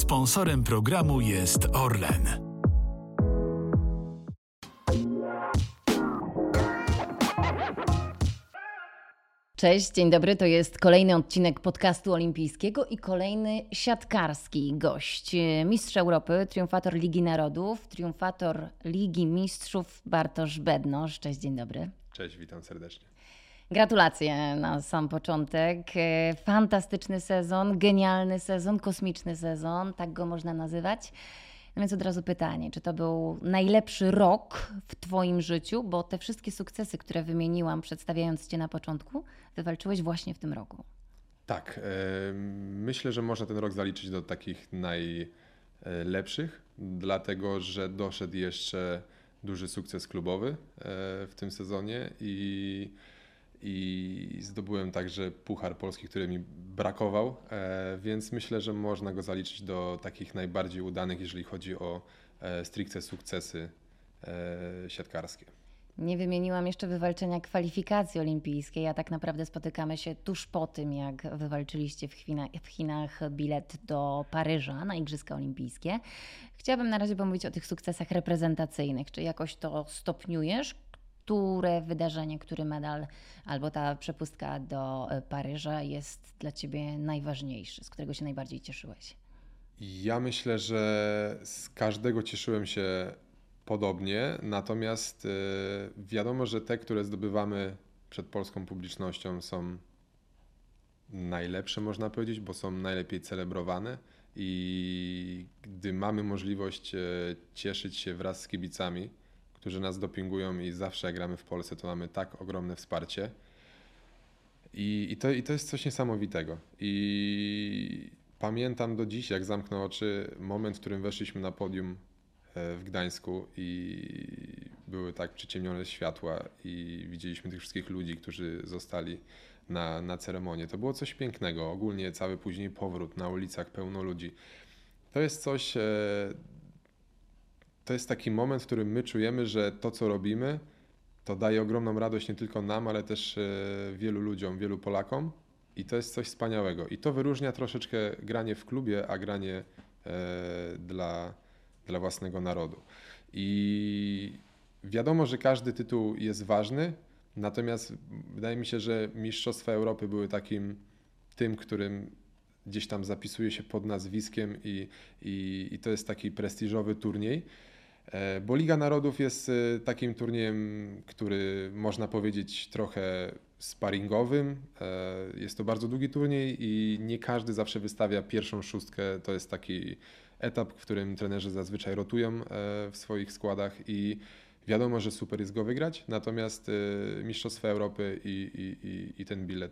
Sponsorem programu jest Orlen. Cześć, dzień dobry. To jest kolejny odcinek podcastu olimpijskiego i kolejny siatkarski gość. Mistrz Europy, triumfator Ligi Narodów, triumfator Ligi Mistrzów Bartosz Bednosz. Cześć, dzień dobry. Cześć, witam serdecznie. Gratulacje na sam początek. Fantastyczny sezon, genialny sezon, kosmiczny sezon, tak go można nazywać. No więc od razu pytanie, czy to był najlepszy rok w Twoim życiu? Bo te wszystkie sukcesy, które wymieniłam przedstawiając Cię na początku, wywalczyłeś właśnie w tym roku. Tak, myślę, że można ten rok zaliczyć do takich najlepszych, dlatego że doszedł jeszcze duży sukces klubowy w tym sezonie i zdobyłem także Puchar Polski, który mi brakował, więc myślę, że można go zaliczyć do takich najbardziej udanych, jeżeli chodzi o stricte sukcesy siatkarskie. Nie wymieniłam jeszcze wywalczenia kwalifikacji olimpijskiej, a tak naprawdę spotykamy się tuż po tym, jak wywalczyliście w Chinach bilet do Paryża na Igrzyska Olimpijskie. Chciałabym na razie pomówić o tych sukcesach reprezentacyjnych. Czy jakoś to stopniujesz? Które wydarzenie, który medal albo ta przepustka do Paryża jest dla Ciebie najważniejszy, z którego się najbardziej cieszyłeś? Ja myślę, że z każdego cieszyłem się podobnie, natomiast wiadomo, że te, które zdobywamy przed polską publicznością, są najlepsze, można powiedzieć, bo są najlepiej celebrowane i gdy mamy możliwość cieszyć się wraz z kibicami, którzy nas dopingują i zawsze jak gramy w Polsce, to mamy tak ogromne wsparcie. I to jest coś niesamowitego. I pamiętam do dziś, jak zamknę oczy, moment, w którym weszliśmy na podium w Gdańsku i były tak przyciemnione światła i widzieliśmy tych wszystkich ludzi, którzy zostali na ceremonię. To było coś pięknego. Ogólnie cały później powrót na ulicach, pełno ludzi. To jest coś... To jest taki moment, w którym my czujemy, że to, co robimy, to daje ogromną radość nie tylko nam, ale też wielu ludziom, wielu Polakom. I to jest coś wspaniałego. I to wyróżnia troszeczkę granie w klubie, a granie dla własnego narodu. I wiadomo, że każdy tytuł jest ważny, natomiast wydaje mi się, że Mistrzostwa Europy były tym, którym gdzieś tam zapisuje się pod nazwiskiem i to jest taki prestiżowy turniej. Bo Liga Narodów jest takim turniejem, który można powiedzieć trochę sparingowym. Jest to bardzo długi turniej i nie każdy zawsze wystawia pierwszą szóstkę. To jest taki etap, w którym trenerzy zazwyczaj rotują w swoich składach i wiadomo, że super jest go wygrać. Natomiast Mistrzostwa Europy i ten bilet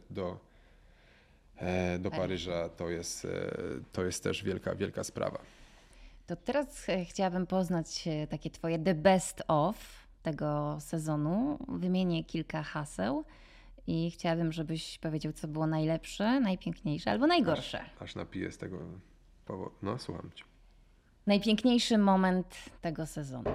do Paryża to jest też wielka, wielka sprawa. To teraz chciałabym poznać takie Twoje the best of tego sezonu. Wymienię kilka haseł i chciałabym, żebyś powiedział, co było najlepsze, najpiękniejsze albo najgorsze. Aż napiję z tego powodu. No, słucham Cię. Najpiękniejszy moment tego sezonu.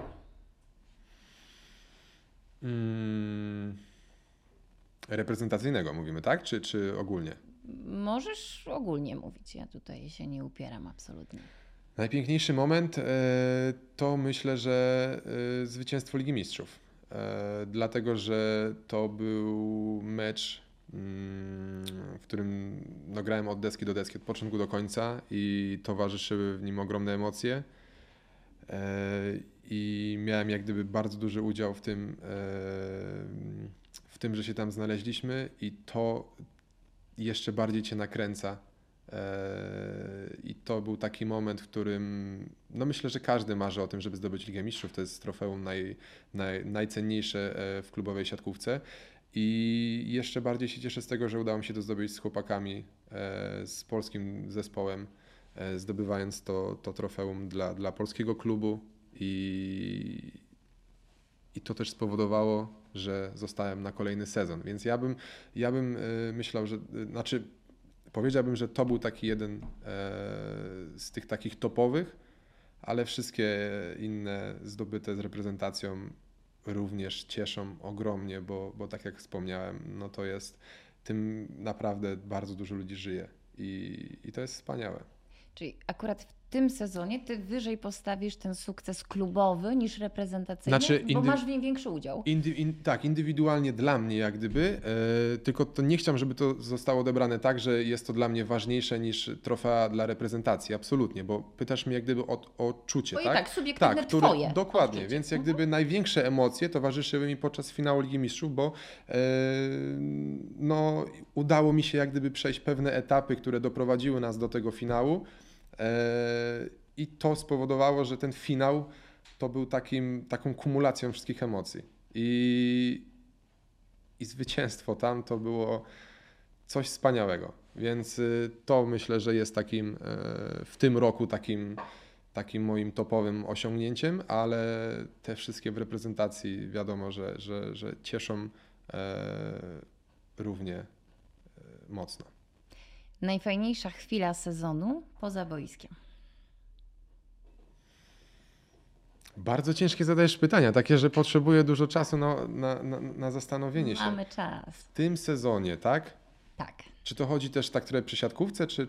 Reprezentacyjnego mówimy, tak? Czy ogólnie? Możesz ogólnie mówić, ja tutaj się nie upieram absolutnie. Najpiękniejszy moment to myślę, że zwycięstwo Ligi Mistrzów. Dlatego, że to był mecz, w którym grałem od deski do deski, od początku do końca i towarzyszyły w nim ogromne emocje. I miałem jak gdyby bardzo duży udział w tym, że się tam znaleźliśmy i to jeszcze bardziej Cię nakręca. I to był taki moment, w którym myślę, że każdy marzy o tym, żeby zdobyć Ligę Mistrzów. To jest trofeum najcenniejsze w klubowej siatkówce i jeszcze bardziej się cieszę z tego, że udało mi się to zdobyć z chłopakami, z polskim zespołem, zdobywając to trofeum dla polskiego klubu i to też spowodowało, że zostałem na kolejny sezon, więc ja bym myślał, że powiedziałbym, że to był taki jeden z tych takich topowych, ale wszystkie inne zdobyte z reprezentacją również cieszą ogromnie, bo tak jak wspomniałem, no to jest, tym naprawdę bardzo dużo ludzi żyje i to jest wspaniałe. Czyli akurat tym sezonie ty wyżej postawisz ten sukces klubowy niż reprezentacyjny, Znaczy, bo masz w nim większy udział. Tak, indywidualnie dla mnie jak gdyby, tylko to nie chciałbym, żeby to zostało odebrane tak, że jest to dla mnie ważniejsze niż trofea dla reprezentacji, absolutnie, bo pytasz mnie jak gdyby o odczucie, Twoje, tak? tak, subiektywne twoje dokładnie, odczucie. więc jak gdyby największe emocje towarzyszyły mi podczas finału Ligi Mistrzów, bo no, udało mi się jak gdyby przejść pewne etapy, które doprowadziły nas do tego finału. I to spowodowało, że ten finał to był taką kumulacją wszystkich emocji. I zwycięstwo tam to było coś wspaniałego. Więc to myślę, że jest takim w tym roku takim moim topowym osiągnięciem, ale te wszystkie w reprezentacji wiadomo, że cieszą równie mocno. Najfajniejsza chwila sezonu poza boiskiem. Bardzo ciężkie zadajesz pytania, takie, że potrzebuję dużo czasu na zastanowienie się. Mamy czas. W tym sezonie, tak? Tak. Czy to chodzi też tak trochę przy siatkówce, czy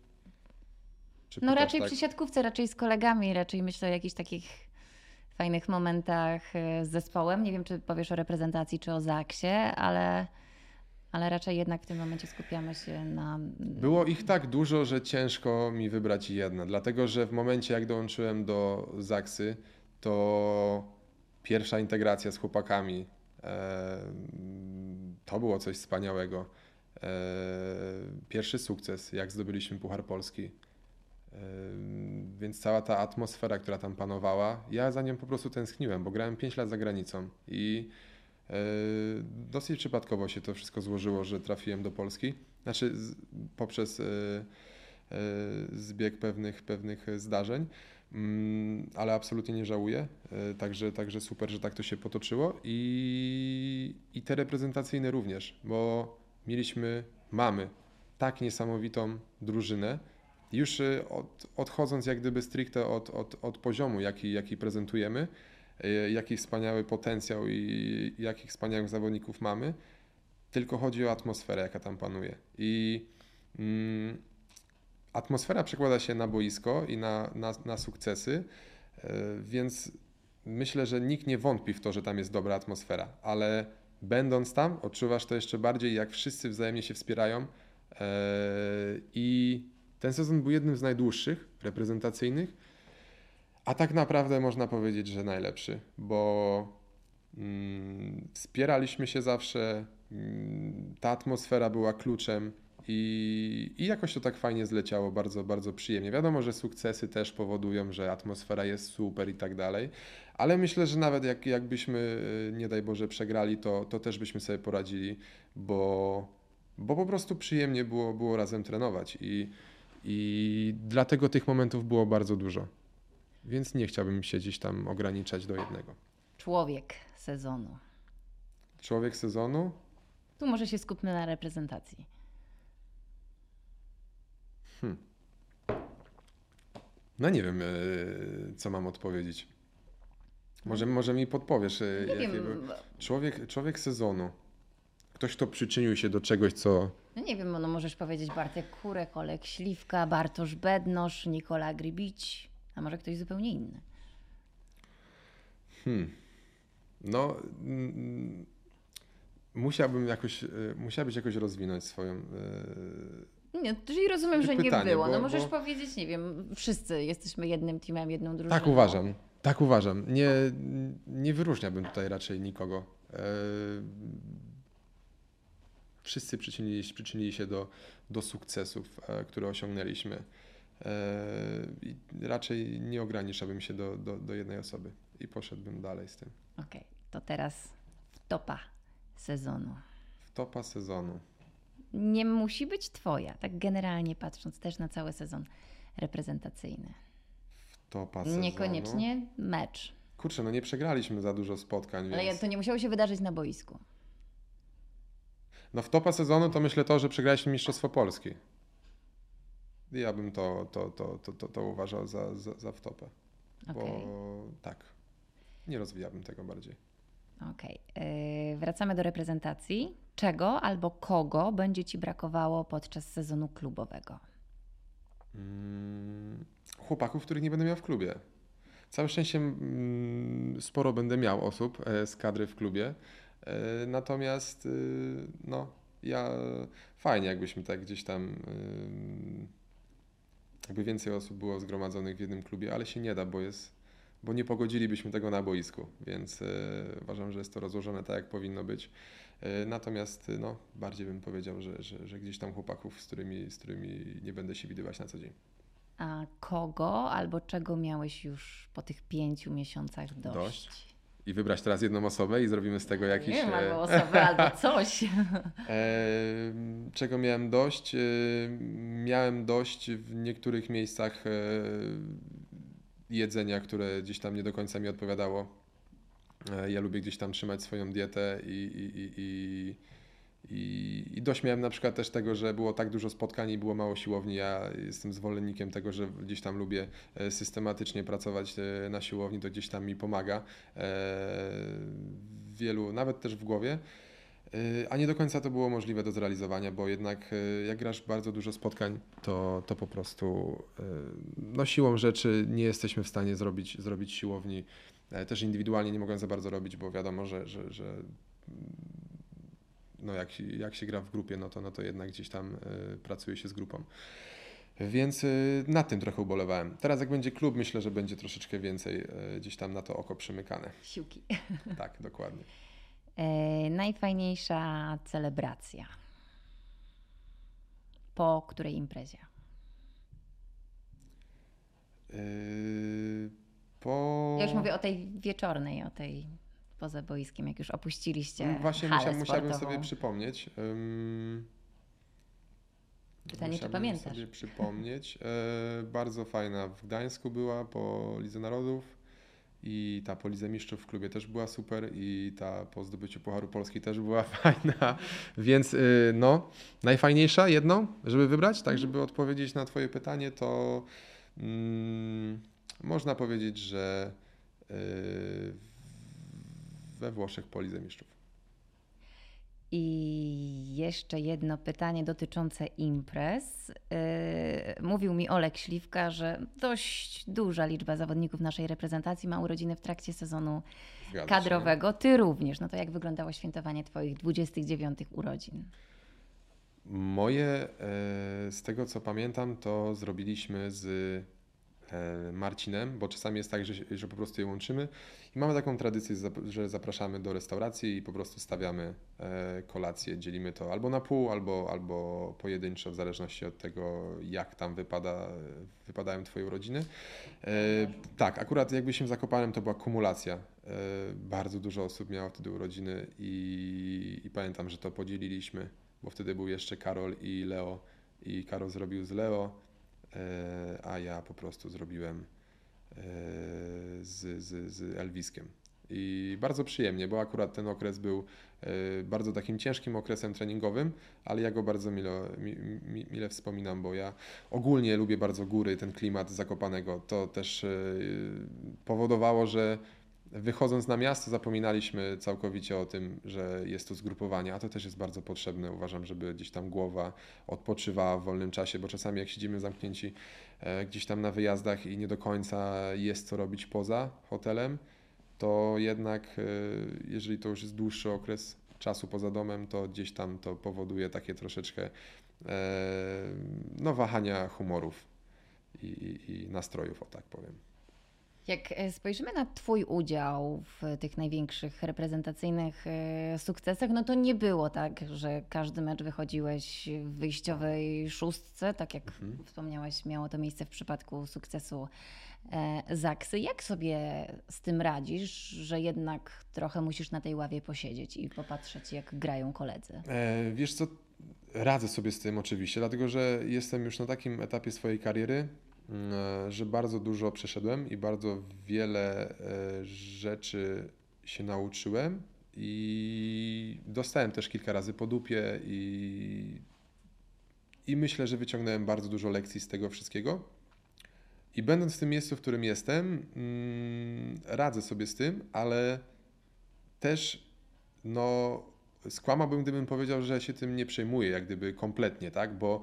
No pytasz raczej tak? przy siatkówce, raczej z kolegami, raczej myślę o jakichś takich fajnych momentach z zespołem. Nie wiem, czy powiesz o reprezentacji, czy o Zaksie, ale raczej jednak w tym momencie skupiamy się na... Było ich tak dużo, że ciężko mi wybrać jedno, dlatego że w momencie jak dołączyłem do Zaksy, to pierwsza integracja z chłopakami, to było coś wspaniałego. Pierwszy sukces, jak zdobyliśmy Puchar Polski. Więc cała ta atmosfera, która tam panowała, ja za nią po prostu tęskniłem, bo grałem 5 lat za granicą i dosyć przypadkowo się to wszystko złożyło, że trafiłem do Polski. Znaczy poprzez zbieg pewnych zdarzeń, ale absolutnie nie żałuję. Także super, że tak to się potoczyło i te reprezentacyjne również, bo mamy tak niesamowitą drużynę, już odchodząc jak gdyby stricte od poziomu, jaki prezentujemy, jaki wspaniały potencjał i jakich wspaniałych zawodników mamy, tylko chodzi o atmosferę, jaka tam panuje. I atmosfera przekłada się na boisko i na sukcesy, więc myślę, że nikt nie wątpi w to, że tam jest dobra atmosfera, ale będąc tam odczuwasz to jeszcze bardziej, jak wszyscy wzajemnie się wspierają i ten sezon był jednym z najdłuższych reprezentacyjnych, a tak naprawdę można powiedzieć, że najlepszy, bo wspieraliśmy się zawsze, ta atmosfera była kluczem i jakoś to tak fajnie zleciało, bardzo, bardzo przyjemnie. Wiadomo, że sukcesy też powodują, że atmosfera jest super i tak dalej, ale myślę, że nawet jakbyśmy, nie daj Boże, przegrali, to też byśmy sobie poradzili, bo po prostu przyjemnie było razem trenować i dlatego tych momentów było bardzo dużo. Więc nie chciałbym się gdzieś tam ograniczać do jednego. Człowiek sezonu. Człowiek sezonu? Tu może się skupmy na reprezentacji. No nie wiem, co mam odpowiedzieć. Może mi podpowiesz. Nie wiem. Człowiek sezonu. Ktoś, kto przyczynił się do czegoś, co... No nie wiem, no możesz powiedzieć Bartek Kurek, Olek Śliwka, Bartosz Bednosz, Nikola Grybić, a może ktoś zupełnie inny. No, musiałabyś jakoś rozwinąć swoją... Nie, czyli rozumiem, że pytanie, nie było. No bo- możesz bo- powiedzieć, nie wiem, wszyscy jesteśmy jednym teamem, jedną drużyną. Tak uważam. Nie wyróżniałbym tutaj raczej nikogo. Wszyscy przyczynili się do sukcesów, które osiągnęliśmy. I raczej nie ograniczałbym się do jednej osoby i poszedłbym dalej z tym. Okej, to teraz w topa sezonu. W topa sezonu. Nie musi być twoja, tak generalnie patrząc też na cały sezon reprezentacyjny. W topa sezonu. Niekoniecznie mecz. Kurczę, no nie przegraliśmy za dużo spotkań, Ale więc... to nie musiało się wydarzyć na boisku. No w topa sezonu to myślę to, że przegraliśmy Mistrzostwo Polski. Ja bym to uważał za w topę. Bo Okej. tak, nie rozwijałbym tego bardziej. Okej. Wracamy do reprezentacji. Czego albo kogo będzie Ci brakowało podczas sezonu klubowego? Chłopaków, których nie będę miał w klubie. Całe szczęście sporo będę miał osób z kadry w klubie, natomiast no, fajnie jakbyśmy tak gdzieś tam jakby więcej osób było zgromadzonych w jednym klubie, ale się nie da, bo nie pogodzilibyśmy tego na boisku, więc uważam, że jest to rozłożone tak, jak powinno być. Natomiast no, bardziej bym powiedział, że gdzieś tam chłopaków, z którymi nie będę się widywać na co dzień. A kogo albo czego miałeś już po tych 5 miesiącach dość? I wybrać teraz jedną osobę i zrobimy z tego jakiś... Nie wiem, albo osobę, albo coś. Czego miałem dość? Miałem dość w niektórych miejscach jedzenia, które gdzieś tam nie do końca mi odpowiadało. Ja lubię gdzieś tam trzymać swoją dietę i dość miałem na przykład też tego, że było tak dużo spotkań i było mało siłowni. Ja jestem zwolennikiem tego, że gdzieś tam lubię systematycznie pracować na siłowni, to gdzieś tam mi pomaga wielu, nawet też w głowie. A nie do końca to było możliwe do zrealizowania, bo jednak jak grasz bardzo dużo spotkań, to po prostu no siłą rzeczy nie jesteśmy w stanie zrobić siłowni. Też indywidualnie nie mogłem za bardzo robić, bo wiadomo, że no jak się gra w grupie, no to jednak gdzieś tam pracuje się z grupą. Więc nad tym trochę ubolewałem. Teraz jak będzie klub, myślę, że będzie troszeczkę więcej gdzieś tam na to oko przymykane. Siłki. Tak, dokładnie. Najfajniejsza celebracja. Po której imprezie? Ja już mówię o tej wieczornej, o tej poza boiskiem, jak już opuściliście Właśnie musiałbym sobie przypomnieć. Pytanie, czy pamiętasz? Sobie przypomnieć. Bardzo fajna w Gdańsku była po Lidze Narodów i ta po Lidze Mistrzów w klubie też była super i ta po zdobyciu Pucharu Polski też była fajna, więc no, najfajniejsza jedną, żeby wybrać, tak żeby odpowiedzieć na twoje pytanie, to można powiedzieć, że we Włoszech po Lidze Mistrzów. I jeszcze jedno pytanie dotyczące imprez. Mówił mi Olek Śliwka, że dość duża liczba zawodników naszej reprezentacji ma urodziny w trakcie sezonu kadrowego. Ty również. No to jak wyglądało świętowanie twoich 29 urodzin? Moje, z tego co pamiętam, to zrobiliśmy z Marcinem, bo czasami jest tak, że po prostu je łączymy i mamy taką tradycję, że zapraszamy do restauracji i po prostu stawiamy kolację, dzielimy to albo na pół, albo pojedynczo, w zależności od tego, jak tam wypadają twoje urodziny. Tak, akurat jakbyśmy w Zakopanem to była kumulacja. Bardzo dużo osób miało wtedy urodziny i pamiętam, że to podzieliliśmy, bo wtedy był jeszcze Karol i Leo i Karol zrobił z Leo, a ja po prostu zrobiłem z Elviskiem. I bardzo przyjemnie, bo akurat ten okres był bardzo takim ciężkim okresem treningowym, ale ja go bardzo mile wspominam, bo ja ogólnie lubię bardzo góry, ten klimat Zakopanego. To też powodowało, że wychodząc na miasto zapominaliśmy całkowicie o tym, że jest to zgrupowanie, a to też jest bardzo potrzebne. Uważam, żeby gdzieś tam głowa odpoczywała w wolnym czasie, bo czasami jak siedzimy zamknięci gdzieś tam na wyjazdach i nie do końca jest co robić poza hotelem, to jednak jeżeli to już jest dłuższy okres czasu poza domem, to gdzieś tam to powoduje takie troszeczkę no, wahania humorów i nastrojów, o tak powiem. Jak spojrzymy na twój udział w tych największych reprezentacyjnych sukcesach, no to nie było tak, że każdy mecz wychodziłeś w wyjściowej szóstce, tak jak wspomniałaś, miało to miejsce w przypadku sukcesu Zaksy. Jak sobie z tym radzisz, że jednak trochę musisz na tej ławie posiedzieć i popatrzeć, jak grają koledzy? Wiesz co, radzę sobie z tym oczywiście, dlatego że jestem już na takim etapie swojej kariery, że bardzo dużo przeszedłem i bardzo wiele rzeczy się nauczyłem i dostałem też kilka razy po dupie i myślę, że wyciągnąłem bardzo dużo lekcji z tego wszystkiego. I będąc w tym miejscu, w którym jestem, radzę sobie z tym, ale też no, skłamałbym, gdybym powiedział, że się tym nie przejmuję, jak gdyby kompletnie, tak? Bo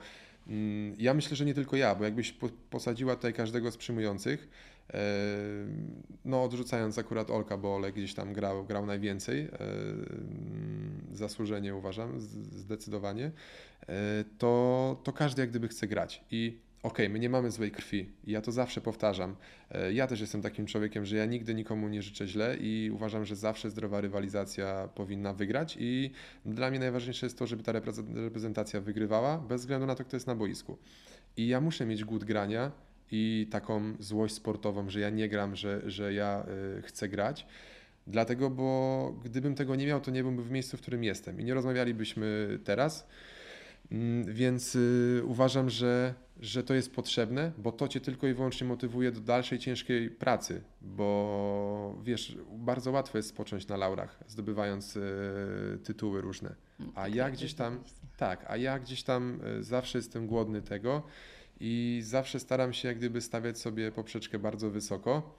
Ja myślę, że nie tylko ja, bo jakbyś posadziła tutaj każdego z przyjmujących, no odrzucając akurat Olka, bo Olek gdzieś tam grał najwięcej, zasłużenie uważam, zdecydowanie, to każdy jak gdyby chce grać i okej, my nie mamy złej krwi i ja to zawsze powtarzam. Ja też jestem takim człowiekiem, że ja nigdy nikomu nie życzę źle i uważam, że zawsze zdrowa rywalizacja powinna wygrać i dla mnie najważniejsze jest to, żeby ta reprezentacja wygrywała bez względu na to, kto jest na boisku. I ja muszę mieć głód grania i taką złość sportową, że ja nie gram, że ja chcę grać. Dlatego, bo gdybym tego nie miał, to nie byłbym w miejscu, w którym jestem i nie rozmawialibyśmy teraz. Więc uważam, że to jest potrzebne, bo to cię tylko i wyłącznie motywuje do dalszej ciężkiej pracy, bo wiesz, bardzo łatwo jest spocząć na laurach, zdobywając tytuły różne. A ja gdzieś tam, tak, a ja gdzieś tam zawsze jestem głodny tego i zawsze staram się jak gdyby stawiać sobie poprzeczkę bardzo wysoko.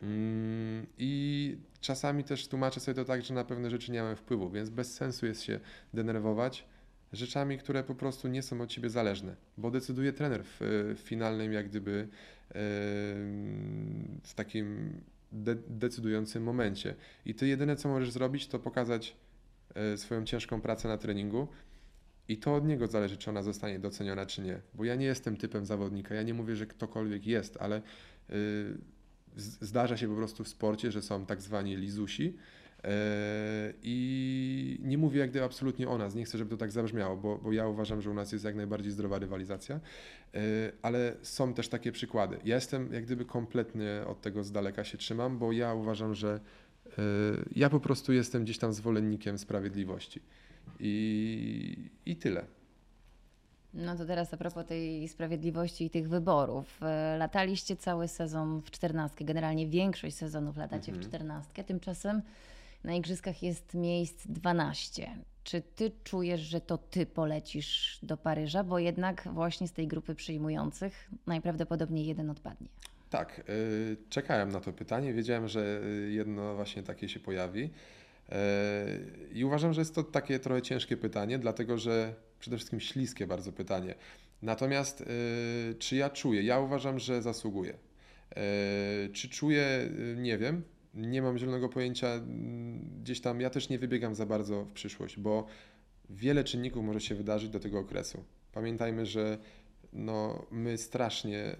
I czasami też tłumaczę sobie to tak, że na pewne rzeczy nie mam wpływu, więc bez sensu jest się denerwować rzeczami, które po prostu nie są od ciebie zależne, bo decyduje trener w finalnym jak gdyby w takim decydującym momencie. I ty jedyne co możesz zrobić, to pokazać swoją ciężką pracę na treningu i to od niego zależy, czy ona zostanie doceniona, czy nie. Bo ja nie jestem typem zawodnika, ja nie mówię, że ktokolwiek jest, ale zdarza się po prostu w sporcie, że są tak zwani lizusi, i nie mówię jak gdyby absolutnie o nas, nie chcę, żeby to tak zabrzmiało, bo ja uważam, że u nas jest jak najbardziej zdrowa rywalizacja, ale są też takie przykłady. Ja jestem jak gdyby kompletnie od tego z daleka się trzymam, bo ja uważam, że ja po prostu jestem gdzieś tam zwolennikiem sprawiedliwości i tyle. No to teraz a propos tej sprawiedliwości i tych wyborów. Lataliście cały sezon w 14, generalnie większość sezonów latacie w 14, tymczasem na igrzyskach jest miejsc 12. Czy ty czujesz, że to ty polecisz do Paryża, bo jednak właśnie z tej grupy przyjmujących najprawdopodobniej jeden odpadnie? Tak, czekałem na to pytanie, wiedziałem, że jedno właśnie takie się pojawi. I uważam, że jest to takie trochę ciężkie pytanie, dlatego że przede wszystkim śliskie bardzo pytanie. Natomiast czy ja czuję? Ja uważam, że zasługuję. Czy czuję? Nie wiem. Nie mam zielonego pojęcia. Gdzieś tam ja też nie wybiegam za bardzo w przyszłość, bo wiele czynników może się wydarzyć do tego okresu. Pamiętajmy, że no, my strasznie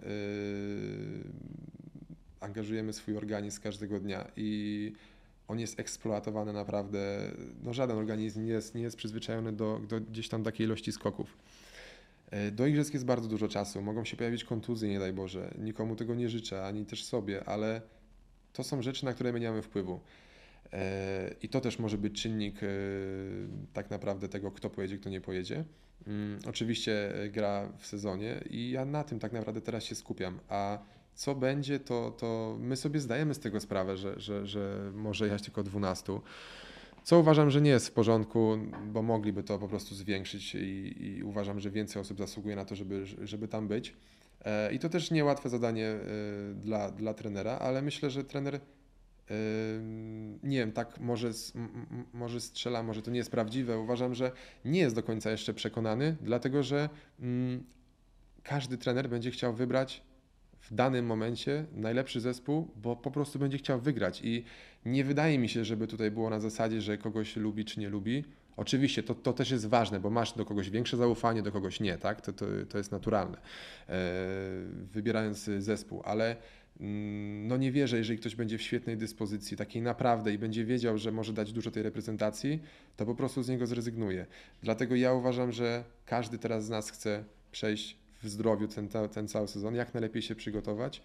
angażujemy swój organizm każdego dnia i on jest eksploatowany naprawdę, no żaden organizm nie jest przyzwyczajony do gdzieś tam takiej ilości skoków. Do igrzysk jest bardzo dużo czasu, mogą się pojawić kontuzje, nie daj Boże, nikomu tego nie życzę, ani też sobie, ale to są rzeczy, na które my nie mamy wpływu. I to też może być czynnik tak naprawdę tego, kto pojedzie, kto nie pojedzie. Oczywiście gra w sezonie i ja na tym tak naprawdę teraz się skupiam, a co będzie, to my sobie zdajemy z tego sprawę, że może jechać tylko 12. Co uważam, że nie jest w porządku, bo mogliby to po prostu zwiększyć i uważam, że więcej osób zasługuje na to, żeby tam być. I to też niełatwe zadanie dla trenera, ale myślę, że trener, nie wiem, tak może strzela, może to nie jest prawdziwe. Uważam, że nie jest do końca jeszcze przekonany, dlatego że każdy trener będzie chciał wybrać w danym momencie najlepszy zespół, bo po prostu będzie chciał wygrać i nie wydaje mi się, żeby tutaj było na zasadzie, że kogoś lubi czy nie lubi. Oczywiście to też jest ważne, bo masz do kogoś większe zaufanie, do kogoś nie, tak? To jest naturalne, wybierając zespół, ale no nie wierzę, jeżeli ktoś będzie w świetnej dyspozycji, takiej naprawdę i będzie wiedział, że może dać dużo tej reprezentacji, to po prostu z niego zrezygnuje. Dlatego ja uważam, że każdy teraz z nas chce przejść w zdrowiu ten cały sezon, jak najlepiej się przygotować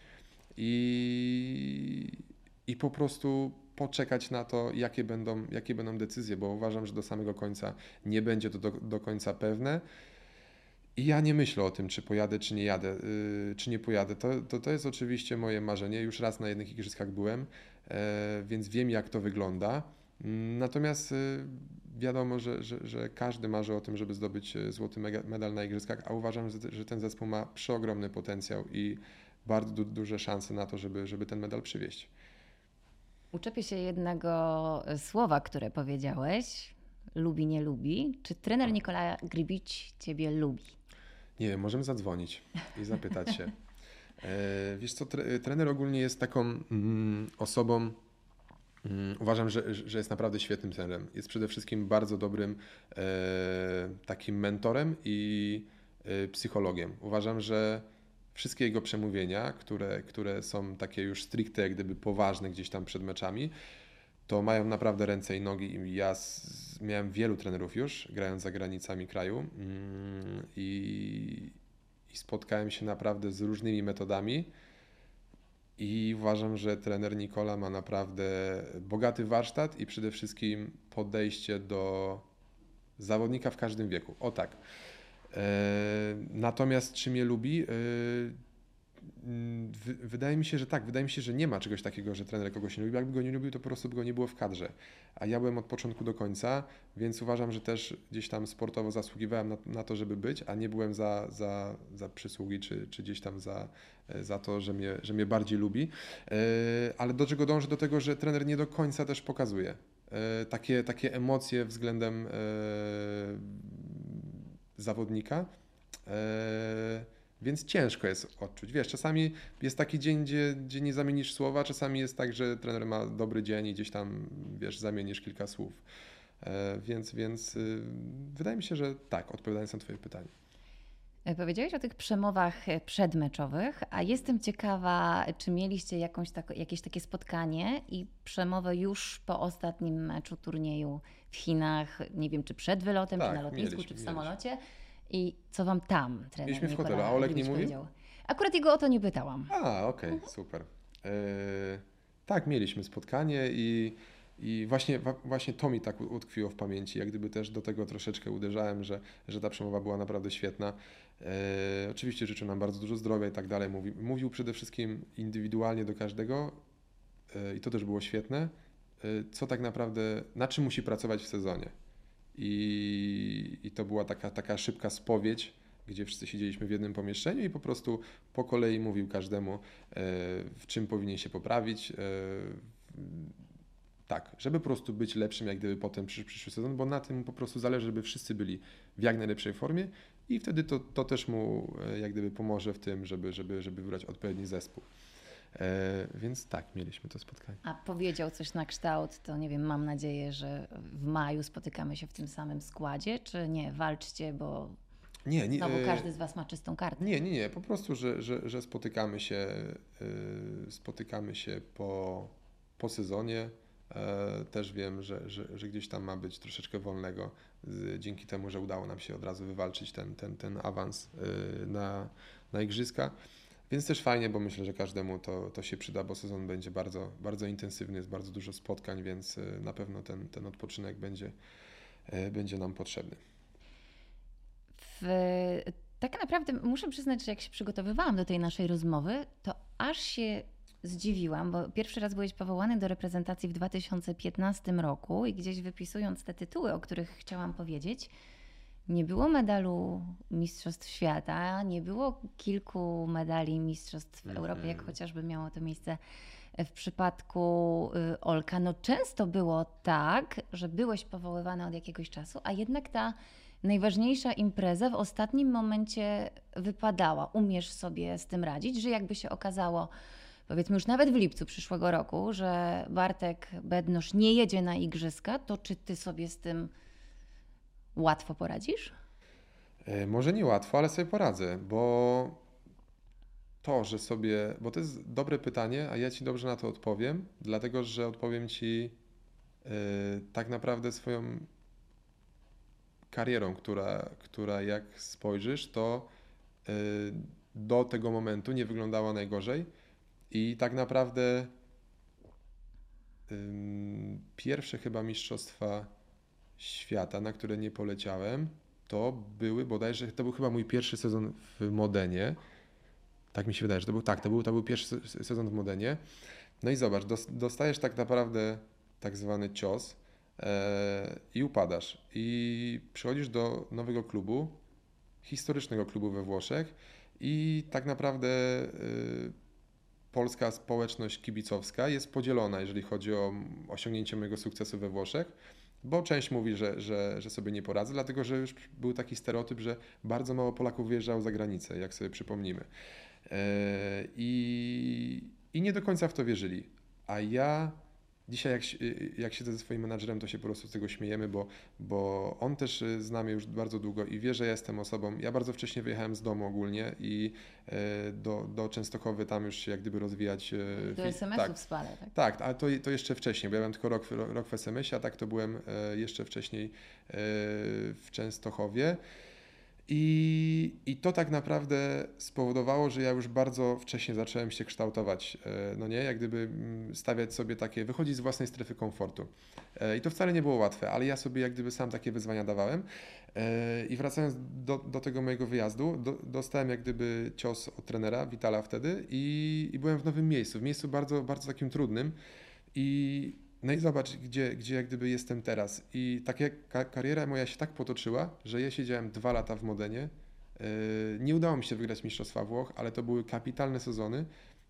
i po prostu poczekać na to, jakie będą decyzje, bo uważam, że do samego końca nie będzie to do końca pewne. I ja nie myślę o tym, czy pojadę, czy nie jadę, czy nie pojadę. To jest oczywiście moje marzenie. Już raz na jednych igrzyskach byłem, więc wiem, jak to wygląda. Natomiast wiadomo, że każdy marzy o tym, żeby zdobyć złoty medal na igrzyskach, a uważam, że ten zespół ma przeogromny potencjał i bardzo duże szanse na to, żeby ten medal przywieźć. Uczepię się jednego słowa, które powiedziałeś. Lubi, nie lubi. Czy trener Nicolas Grbić ciebie lubi? Nie wiem, możemy zadzwonić i zapytać się. Wiesz co, trener ogólnie jest taką osobą, uważam, że jest naprawdę świetnym trenerem. Jest przede wszystkim bardzo dobrym takim mentorem i psychologiem. Uważam, że wszystkie jego przemówienia, które są takie już stricte, jak gdyby poważne gdzieś tam przed meczami, to mają naprawdę ręce i nogi. I ja miałem wielu trenerów już, grając za granicami kraju i spotkałem się naprawdę z różnymi metodami i uważam, że trener Nikola ma naprawdę bogaty warsztat i przede wszystkim podejście do zawodnika w każdym wieku. O tak. Natomiast czy mnie lubi? Wydaje mi się, że tak. Wydaje mi się, że nie ma czegoś takiego, że trener kogoś nie lubi. Jakby go nie lubił, to po prostu by go nie było w kadrze. A ja byłem od początku do końca, więc uważam, że też gdzieś tam sportowo zasługiwałem na to, żeby być, a nie byłem za przysługi, czy gdzieś tam za to, że mnie bardziej lubi. Ale do czego dążę? Do tego, że trener nie do końca też pokazuje takie emocje względem zawodnika. Więc ciężko jest odczuć. Wiesz, czasami jest taki dzień, gdzie nie zamienisz słowa, czasami jest tak, że trener ma dobry dzień i gdzieś tam, wiesz, zamienisz kilka słów. Więc wydaje mi się, że tak, odpowiadając na Twoje pytanie. Powiedziałeś o tych przemowach przedmeczowych, a jestem ciekawa, czy mieliście jakieś takie spotkanie i przemowę już po ostatnim meczu turnieju w Chinach, nie wiem, czy przed wylotem, Tak, czy na lotnisku, czy w mieliśmy. samolocie. I co wam tam trener Mieliśmy w Nikola hotelu, a Olek nie Iwicz mówił? powiedział? Akurat jego o to nie pytałam. Okej, super. Tak, mieliśmy spotkanie i właśnie to mi tak utkwiło w pamięci. Jak gdyby też do tego troszeczkę uderzałem, że ta przemowa była naprawdę świetna. Oczywiście życzył nam bardzo dużo zdrowia i tak dalej. Mówił przede wszystkim indywidualnie do każdego i to też było świetne, co tak naprawdę, na czym musi pracować w sezonie. I to była taka szybka spowiedź, gdzie wszyscy siedzieliśmy w jednym pomieszczeniu i po prostu po kolei mówił każdemu, w czym powinien się poprawić. Tak, żeby po prostu być lepszym jak gdyby potem przyszły sezon, bo na tym po prostu zależy, żeby wszyscy byli w jak najlepszej formie i wtedy to też mu jak gdyby pomoże w tym, żeby wybrać odpowiedni zespół. Więc tak, mieliśmy to spotkanie. A powiedział coś na kształt, to nie wiem, mam nadzieję, że w maju spotykamy się w tym samym składzie, czy nie, walczcie, bo Nie, znowu każdy z was ma czystą kartę. Nie, po prostu, że spotykamy się po sezonie. Też wiem, że gdzieś tam ma być troszeczkę wolnego, dzięki temu, że udało nam się od razu wywalczyć ten awans na igrzyska. Więc też fajnie, bo myślę, że każdemu to się przyda, bo sezon będzie bardzo, bardzo intensywny, jest bardzo dużo spotkań, więc na pewno ten odpoczynek będzie nam potrzebny. Tak naprawdę muszę przyznać, że jak się przygotowywałam do tej naszej rozmowy, to aż się zdziwiłam, bo pierwszy raz byłeś powołany do reprezentacji w 2015 roku i gdzieś wypisując te tytuły, o których chciałam powiedzieć, nie było medalu Mistrzostw Świata, nie było kilku medali Mistrzostw Europy, jak chociażby miało to miejsce w przypadku Olka. No często było tak, że byłeś powoływany od jakiegoś czasu, a jednak ta najważniejsza impreza w ostatnim momencie wypadała. Umiesz sobie z tym radzić, że jakby się okazało, powiedzmy już nawet w lipcu przyszłego roku, że Bartek Bednosz nie jedzie na igrzyska, to czy ty sobie z tym łatwo poradzisz? Może nie łatwo, ale sobie poradzę, bo to jest dobre pytanie, a ja Ci dobrze na to odpowiem, dlatego że odpowiem Ci tak naprawdę swoją karierą, która jak spojrzysz, to do tego momentu nie wyglądała najgorzej i tak naprawdę pierwsze chyba mistrzostwa świata, na które nie poleciałem, to był chyba mój pierwszy sezon w Modenie. Tak mi się wydaje, że to był pierwszy sezon w Modenie. No i zobacz, dostajesz tak naprawdę tak zwany cios i upadasz. I przychodzisz do nowego klubu, historycznego klubu we Włoszech i tak naprawdę polska społeczność kibicowska jest podzielona, jeżeli chodzi o osiągnięcie mojego sukcesu we Włoszech, Bo część mówi, że sobie nie poradzę, dlatego że już był taki stereotyp, że bardzo mało Polaków wyjeżdżało za granicę, jak sobie przypomnimy. I nie do końca w to wierzyli. A ja dzisiaj jak siedzę ze swoim menadżerem, to się po prostu z tego śmiejemy, bo on też zna mnie już bardzo długo i wie, że ja jestem osobą. Ja bardzo wcześnie wyjechałem z domu ogólnie i do Częstochowy tam już się jak gdyby rozwijać. Do SMS-ów spalę, tak? Tak, ale to jeszcze wcześniej, bo ja byłem tylko rok w SMS-ie, a tak to byłem jeszcze wcześniej w Częstochowie. I to tak naprawdę spowodowało, że ja już bardzo wcześnie zacząłem się kształtować, no nie, jak gdyby stawiać sobie takie, wychodzić z własnej strefy komfortu. I to wcale nie było łatwe, ale ja sobie jak gdyby sam takie wyzwania dawałem. I wracając do tego mojego wyjazdu, dostałem jak gdyby cios od trenera, Witala wtedy i byłem w nowym miejscu, w miejscu bardzo, bardzo takim trudnym. No i zobacz, gdzie jak gdyby jestem teraz. I takie kariera moja się tak potoczyła, że ja siedziałem 2 lata w Modenie. Nie udało mi się wygrać Mistrzostwa Włoch, ale to były kapitalne sezony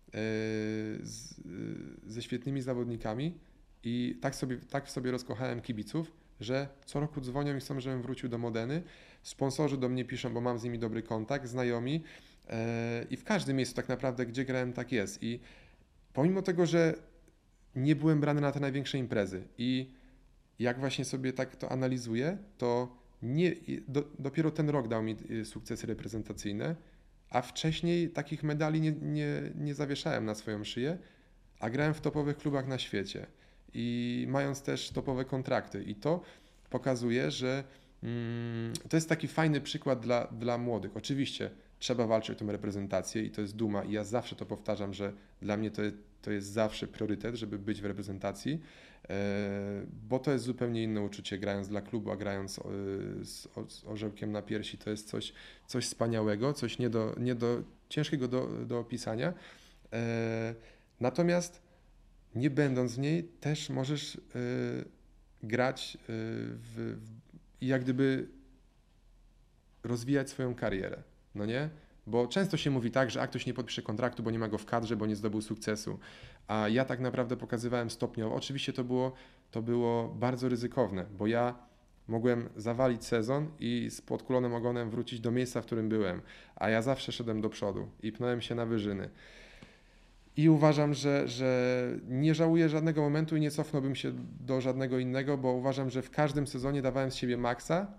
ze świetnymi zawodnikami i tak w sobie rozkochałem kibiców, że co roku dzwonią i chcą, żebym wrócił do Modeny. Sponsorzy do mnie piszą, bo mam z nimi dobry kontakt, znajomi i w każdym miejscu tak naprawdę, gdzie grałem, tak jest. I pomimo tego, że nie byłem brany na te największe imprezy i jak właśnie sobie tak to analizuję, to dopiero ten rok dał mi sukcesy reprezentacyjne, a wcześniej takich medali nie zawieszałem na swoją szyję, a grałem w topowych klubach na świecie i mając też topowe kontrakty i to pokazuje, że to jest taki fajny przykład dla młodych. Oczywiście trzeba walczyć o tę reprezentację i to jest duma i ja zawsze to powtarzam, że dla mnie to jest zawsze priorytet, żeby być w reprezentacji, bo to jest zupełnie inne uczucie grając dla klubu, a grając z orzełkiem na piersi. To jest coś wspaniałego, coś ciężkiego do opisania. Natomiast nie będąc w niej też możesz grać i jak gdyby rozwijać swoją karierę, no nie? Bo często się mówi tak, że ktoś nie podpisze kontraktu, bo nie ma go w kadrze, bo nie zdobył sukcesu. A ja tak naprawdę pokazywałem stopniowo. Oczywiście to było bardzo ryzykowne, bo ja mogłem zawalić sezon i z podkulonym ogonem wrócić do miejsca, w którym byłem. A ja zawsze szedłem do przodu i pnąłem się na wyżyny. I uważam, że nie żałuję żadnego momentu i nie cofnąłbym się do żadnego innego, bo uważam, że w każdym sezonie dawałem z siebie maksa.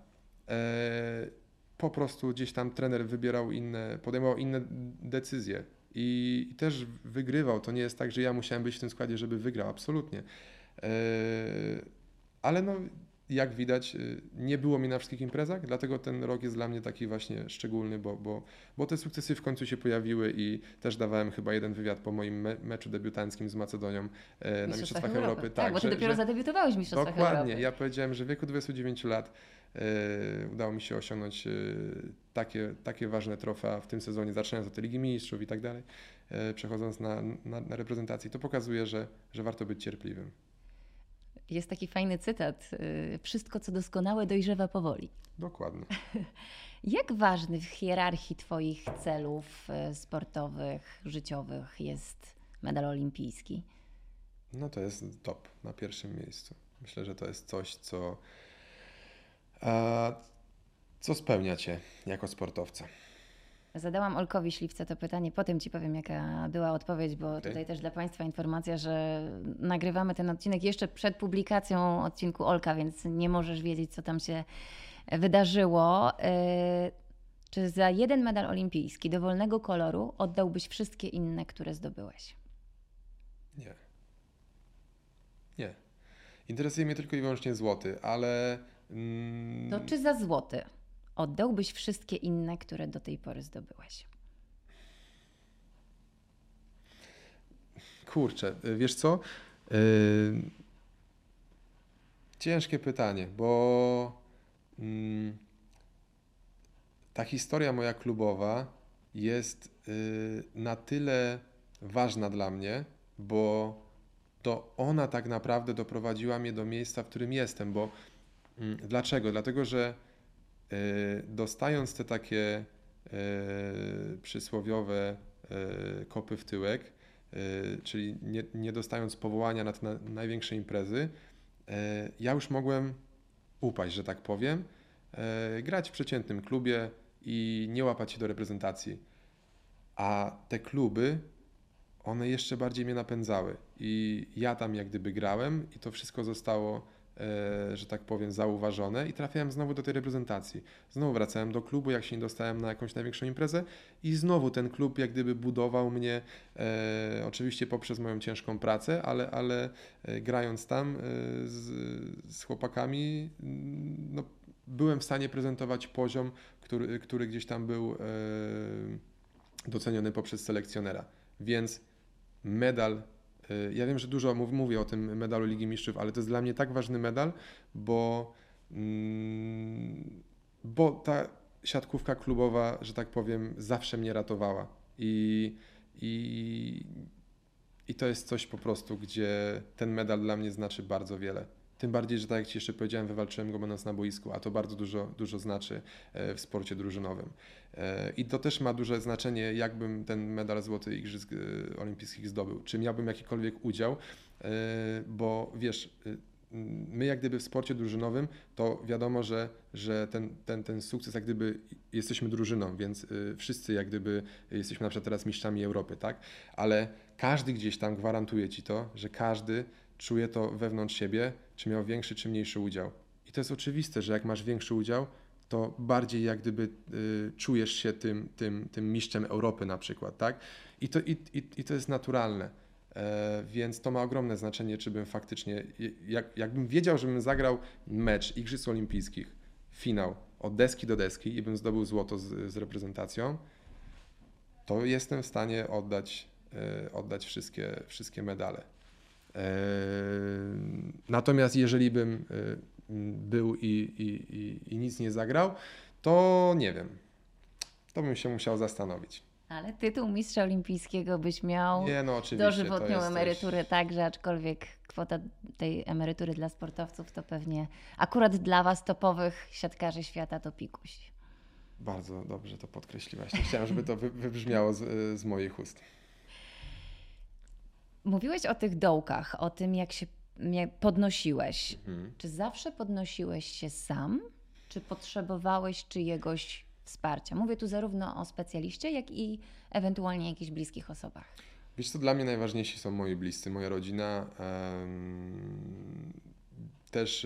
Po prostu gdzieś tam trener podejmował inne decyzje i też wygrywał. To nie jest tak, że ja musiałem być w tym składzie, żeby wygrał, absolutnie. Ale no, jak widać, nie było mi na wszystkich imprezach, dlatego ten rok jest dla mnie taki właśnie szczególny, bo te sukcesy w końcu się pojawiły i też dawałem chyba jeden wywiad po moim meczu debiutanckim z Macedonią na Mistrzostwach Europy. Tak, bo ty dopiero zadebiutowałeś w Mistrzostwach Europy. Dokładnie, ja powiedziałem, że w wieku 29 lat udało mi się osiągnąć takie ważne trofea w tym sezonie, zaczynając od Ligi Mistrzów i tak dalej, przechodząc na reprezentację. To pokazuje, że warto być cierpliwym. Jest taki fajny cytat. Wszystko, co doskonałe, dojrzewa powoli. Dokładnie. Jak ważny w hierarchii Twoich celów sportowych, życiowych jest medal olimpijski? No to jest top na pierwszym miejscu. Myślę, że to jest coś, co spełnia Cię jako sportowca. Zadałam Olkowi Śliwce to pytanie, potem Ci powiem, jaka była odpowiedź, bo tutaj też dla Państwa informacja, że nagrywamy ten odcinek jeszcze przed publikacją odcinku Olka, więc nie możesz wiedzieć, co tam się wydarzyło. Czy za jeden medal olimpijski dowolnego koloru oddałbyś wszystkie inne, które zdobyłeś? Nie. Nie. Interesuje mnie tylko i wyłącznie złoty, ale... To czy za złoty oddałbyś wszystkie inne, które do tej pory zdobyłeś? Kurczę, wiesz co? Ciężkie pytanie, bo ta historia moja klubowa jest na tyle ważna dla mnie, bo to ona tak naprawdę doprowadziła mnie do miejsca, w którym jestem, bo dlaczego? Dlatego, że dostając te takie przysłowiowe kopy w tyłek, czyli nie dostając powołania na te największe imprezy, ja już mogłem upaść, że tak powiem, grać w przeciętnym klubie i nie łapać się do reprezentacji. A te kluby, one jeszcze bardziej mnie napędzały i ja tam jak gdyby grałem i to wszystko zostało, że tak powiem, zauważone i trafiałem znowu do tej reprezentacji. Znowu wracałem do klubu, jak się nie dostałem na jakąś największą imprezę i znowu ten klub jak gdyby budował mnie, oczywiście poprzez moją ciężką pracę, ale grając tam z chłopakami, no, byłem w stanie prezentować poziom, który gdzieś tam był doceniony poprzez selekcjonera. Więc medal, ja wiem, że dużo mówię o tym medalu Ligi Mistrzów, ale to jest dla mnie tak ważny medal, bo ta siatkówka klubowa, że tak powiem, zawsze mnie ratowała i, i to jest coś po prostu, gdzie ten medal dla mnie znaczy bardzo wiele. Tym bardziej, że tak jak Ci jeszcze powiedziałem, wywalczyłem go będąc na boisku, a to bardzo dużo znaczy w sporcie drużynowym. I to też ma duże znaczenie, jakbym ten medal złoty Igrzysk Olimpijskich zdobył. Czy miałbym jakikolwiek udział, bo wiesz, my jak gdyby w sporcie drużynowym, to wiadomo, że ten sukces jak gdyby jesteśmy drużyną, więc wszyscy jak gdyby jesteśmy na przykład teraz mistrzami Europy, tak? Ale każdy gdzieś tam gwarantuje Ci to, że każdy czuje to wewnątrz siebie, czy miał większy, czy mniejszy udział. I to jest oczywiste, że jak masz większy udział, to bardziej jak gdyby czujesz się tym mistrzem Europy na przykład, tak? I to jest naturalne. Więc to ma ogromne znaczenie, czy bym faktycznie, jakbym wiedział, żebym zagrał mecz Igrzysk Olimpijskich, finał, od deski do deski i bym zdobył złoto z reprezentacją, to jestem w stanie oddać wszystkie medale. Natomiast jeżeli bym był i nic nie zagrał, to nie wiem, to bym się musiał zastanowić. Ale tytuł mistrza olimpijskiego byś miał, Nie, no oczywiście, dożywotnią emeryturę także, aczkolwiek kwota tej emerytury dla sportowców to pewnie akurat dla Was topowych siatkarzy świata to pikuś. Bardzo dobrze to podkreśliłaś. Nie chciałem, żeby to wybrzmiało z moich ust. Mówiłeś o tych dołkach, o tym jak się podnosiłeś. Mhm. Czy zawsze podnosiłeś się sam, czy potrzebowałeś czyjegoś wsparcia? Mówię tu zarówno o specjaliście, jak i ewentualnie jakichś bliskich osobach. Wiesz co, dla mnie najważniejsi są moi bliscy, moja rodzina, też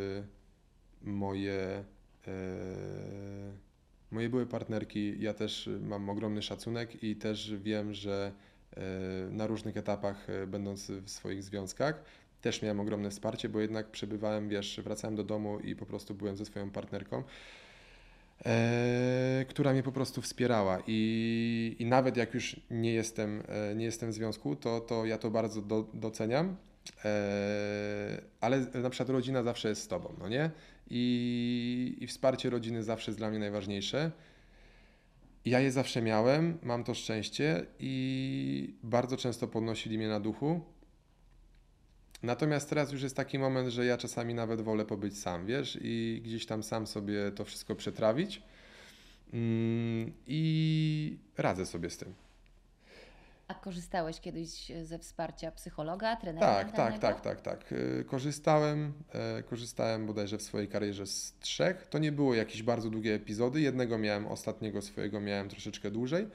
moje były partnerki. Ja też mam ogromny szacunek i też wiem, że na różnych etapach, będąc w swoich związkach, też miałem ogromne wsparcie, bo jednak przebywałem, wiesz, wracałem do domu i po prostu byłem ze swoją partnerką, która mnie po prostu wspierała i nawet jak już nie jestem w związku, to ja to bardzo doceniam, ale na przykład rodzina zawsze jest z tobą, no nie? I wsparcie rodziny zawsze jest dla mnie najważniejsze. Ja je zawsze miałem, mam to szczęście i bardzo często podnosili mnie na duchu. Natomiast teraz już jest taki moment, że ja czasami nawet wolę pobyć sam, wiesz, i gdzieś tam sam sobie to wszystko przetrawić i radzę sobie z tym. A korzystałeś kiedyś ze wsparcia psychologa, trenera mentalnego? Tak. Korzystałem bodajże w swojej karierze z 3. To nie było jakieś bardzo długie epizody. Jednego miałem, ostatniego swojego miałem troszeczkę dłużej.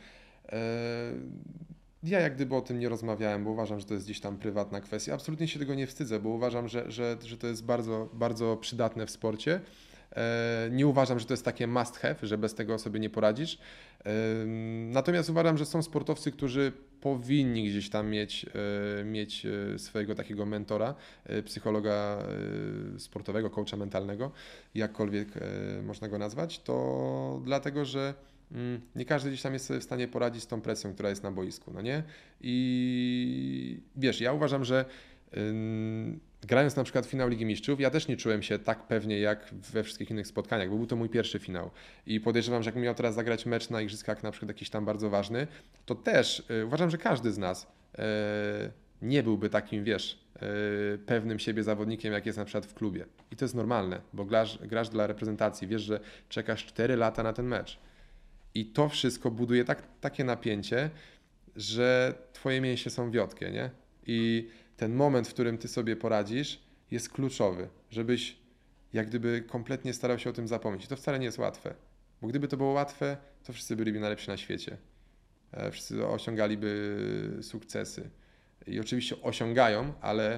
Ja jak gdyby o tym nie rozmawiałem, bo uważam, że to jest gdzieś tam prywatna kwestia. Absolutnie się tego nie wstydzę, bo uważam, że to jest bardzo, bardzo przydatne w sporcie. Nie uważam, że to jest takie must have, że bez tego sobie nie poradzisz. Natomiast uważam, że są sportowcy, którzy powinni gdzieś tam mieć swojego takiego mentora, psychologa sportowego, coacha mentalnego, jakkolwiek można go nazwać, to dlatego, że nie każdy gdzieś tam jest sobie w stanie poradzić z tą presją, która jest na boisku, no nie? I wiesz, ja uważam, że grając na przykład finał Ligi Mistrzów, ja też nie czułem się tak pewnie jak we wszystkich innych spotkaniach, bo był to mój pierwszy finał. I podejrzewam, że jakbym miał teraz zagrać mecz na igrzyskach na przykład jakiś tam bardzo ważny, to też uważam, że każdy z nas nie byłby takim, wiesz, pewnym siebie zawodnikiem, jak jest na przykład w klubie. I to jest normalne, bo grasz dla reprezentacji, wiesz, że czekasz 4 lata na ten mecz. I to wszystko buduje takie napięcie, że twoje mięśnie są wiotkie, nie? I ten moment, w którym ty sobie poradzisz, jest kluczowy, żebyś jak gdyby kompletnie starał się o tym zapomnieć. I to wcale nie jest łatwe, bo gdyby to było łatwe, to wszyscy byliby najlepsi na świecie. Wszyscy osiągaliby sukcesy. I oczywiście osiągają,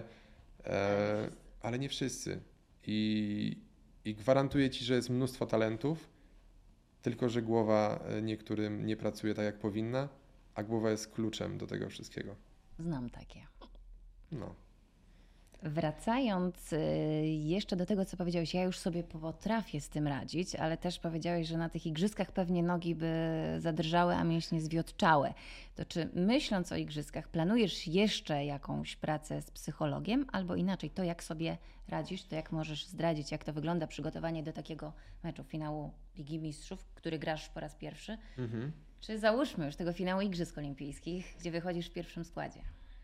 ale nie wszyscy. I gwarantuję Ci, że jest mnóstwo talentów, tylko że głowa niektórym nie pracuje tak, jak powinna, a głowa jest kluczem do tego wszystkiego. Znam takie. No. Wracając jeszcze do tego, co powiedziałeś, ja już sobie potrafię z tym radzić, ale też powiedziałeś, że na tych igrzyskach pewnie nogi by zadrżały, a mięśnie zwiotczały. To czy myśląc o igrzyskach planujesz jeszcze jakąś pracę z psychologiem, albo inaczej, to jak sobie radzisz, to jak możesz zdradzić, jak to wygląda przygotowanie do takiego meczu, finału Ligi Mistrzów, który grasz po raz pierwszy? Czy załóżmy już tego finału Igrzysk Olimpijskich, gdzie wychodzisz w pierwszym składzie?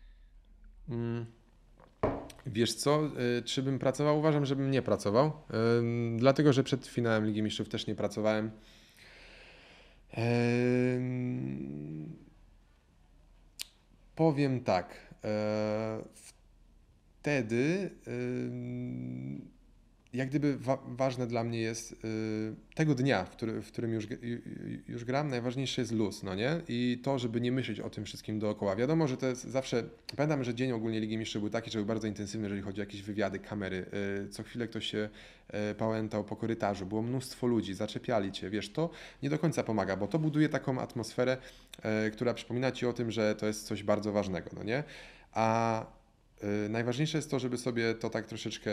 Wiesz co, czy bym pracował? Uważam, że bym nie pracował, dlatego że przed finałem Ligi Mistrzów też nie pracowałem. Powiem tak, wtedy jak gdyby ważne dla mnie jest tego dnia, w którym już gram, najważniejszy jest luz, no nie? I to, żeby nie myśleć o tym wszystkim dookoła. Wiadomo, że to jest zawsze, pamiętam, że dzień ogólnie Ligi Mistrzów był taki, że był bardzo intensywny, jeżeli chodzi o jakieś wywiady, kamery. Co chwilę ktoś się pałętał po korytarzu, było mnóstwo ludzi, zaczepiali cię, wiesz, to nie do końca pomaga, bo to buduje taką atmosferę, która przypomina ci o tym, że to jest coś bardzo ważnego, no nie? A najważniejsze jest to, żeby sobie to tak troszeczkę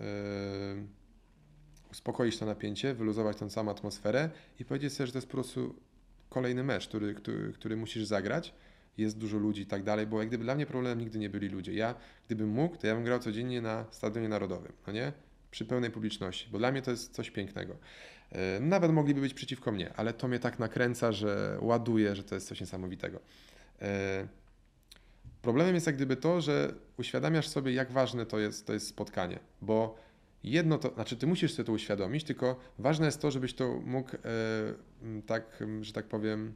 uspokoić to napięcie, wyluzować tą samą atmosferę i powiedzieć sobie, że to jest po prostu kolejny mecz, który musisz zagrać. Jest dużo ludzi i tak dalej, bo jak gdyby dla mnie problemem nigdy nie byli ludzie. Ja, gdybym mógł, to ja bym grał codziennie na Stadionie Narodowym, no nie? Przy pełnej publiczności, bo dla mnie to jest coś pięknego. Nawet mogliby być przeciwko mnie, ale to mnie tak nakręca, że ładuje, że to jest coś niesamowitego. Problemem jest jak gdyby to, że uświadamiasz sobie, jak ważne to jest spotkanie, bo jedno to, znaczy ty musisz sobie to uświadomić, tylko ważne jest to, żebyś to mógł tak, że tak powiem,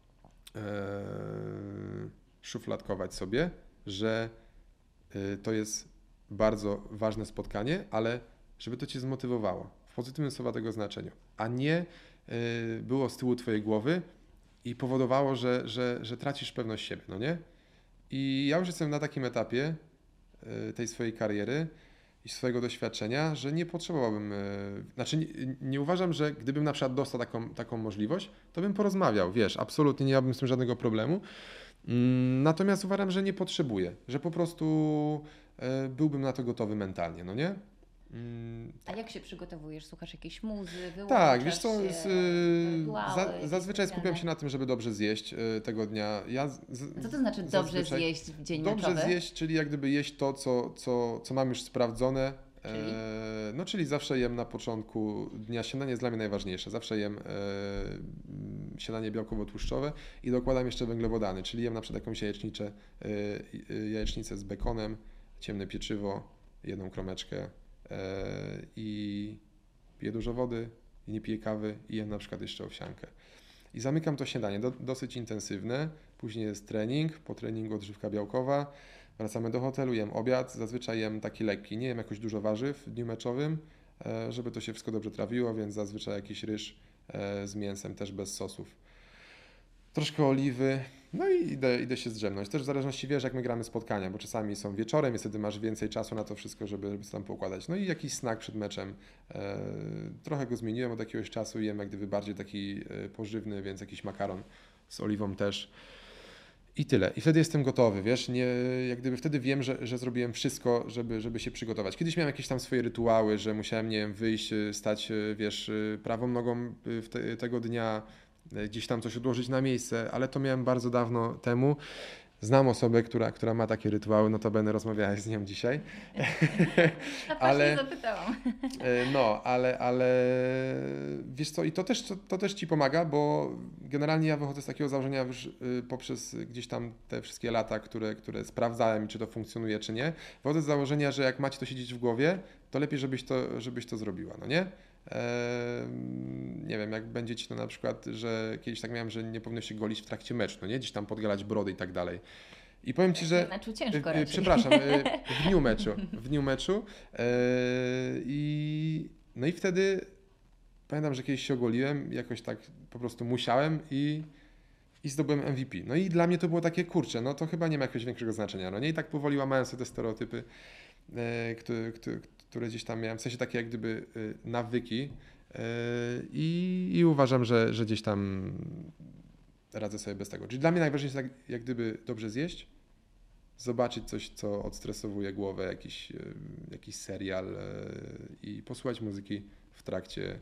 szufladkować sobie, że to jest bardzo ważne spotkanie, ale żeby to cię zmotywowało w pozytywnym słowa tego znaczeniu, a nie było z tyłu twojej głowy i powodowało, że tracisz pewność siebie, no nie? I ja już jestem na takim etapie tej swojej kariery i swojego doświadczenia, że nie potrzebowałbym, znaczy nie uważam, że gdybym na przykład dostał taką możliwość, to bym porozmawiał, wiesz, absolutnie nie miałbym z tym żadnego problemu. Natomiast uważam, że nie potrzebuję, że po prostu byłbym na to gotowy mentalnie, no nie? A jak się przygotowujesz? Słuchasz jakiejś muzy, Tak, wiesz co, zazwyczaj jakieś skupiam się na tym, żeby dobrze zjeść tego dnia. Co to znaczy dobrze zjeść w dzień meczowy? Dobrze zjeść, czyli jak gdyby jeść to, co mam już sprawdzone. Czyli? Czyli zawsze jem na początku dnia, śniadanie jest dla mnie najważniejsze. Zawsze jem śniadanie białkowo-tłuszczowe i dokładam jeszcze węglowodany, czyli jem na przykład jakąś jajecznicę z bekonem, ciemne pieczywo, jedną kromeczkę. I piję dużo wody i nie piję kawy i jem na przykład jeszcze owsiankę. I zamykam to śniadanie, dosyć intensywne, później jest trening, po treningu odżywka białkowa, wracamy do hotelu, jem obiad, zazwyczaj jem taki lekki, nie jem jakoś dużo warzyw w dniu meczowym, żeby to się wszystko dobrze trawiło, więc zazwyczaj jakiś ryż z mięsem, też bez sosów. Troszkę oliwy, no i idę się zdrzemnąć. Też w zależności, wiesz, jak my gramy spotkania, bo czasami są wieczorem i wtedy masz więcej czasu na to wszystko, żeby sobie tam poukładać. No i jakiś snack przed meczem. Trochę go zmieniłem od jakiegoś czasu i jem jak gdyby bardziej taki pożywny, więc jakiś makaron z oliwą też. I tyle. I wtedy jestem gotowy, wiesz, jak gdyby wtedy wiem, że zrobiłem wszystko, żeby się przygotować. Kiedyś miałem jakieś tam swoje rytuały, że musiałem, nie wiem, wyjść, stać, wiesz, prawą nogą tego dnia, gdzieś tam coś odłożyć na miejsce, ale to miałem bardzo dawno temu. Znam osobę, która ma takie rytuały, notabene rozmawiałeś z nią dzisiaj. Ale zapytałam. No, ale wiesz co, i to też ci pomaga, bo generalnie ja wychodzę z takiego założenia już poprzez gdzieś tam te wszystkie lata, które sprawdzałem, czy to funkcjonuje, czy nie. Wychodzę z założenia, że jak macie to siedzieć w głowie, to lepiej, żebyś to zrobiła, no nie? Nie wiem, jak będzie ci to na przykład, że kiedyś tak miałem, że nie powinno się golić w trakcie meczu, no nie? Gdzieś tam podgalać brody i tak dalej. I powiem ci, że... Meczu ciężko raczej. Przepraszam, w dniu meczu. I No i wtedy pamiętam, że kiedyś się ogoliłem, jakoś tak po prostu musiałem i zdobyłem MVP. No i dla mnie to było takie, kurczę, no to chyba nie ma jakiegoś większego znaczenia. No nie, i tak powoli łamałem sobie te stereotypy, które gdzieś tam miałem, w sensie takie jak gdyby nawyki i uważam, że gdzieś tam radzę sobie bez tego. Czyli dla mnie najważniejsze jest jak gdyby dobrze zjeść, zobaczyć coś, co odstresowuje głowę, jakiś serial i posłuchać muzyki w trakcie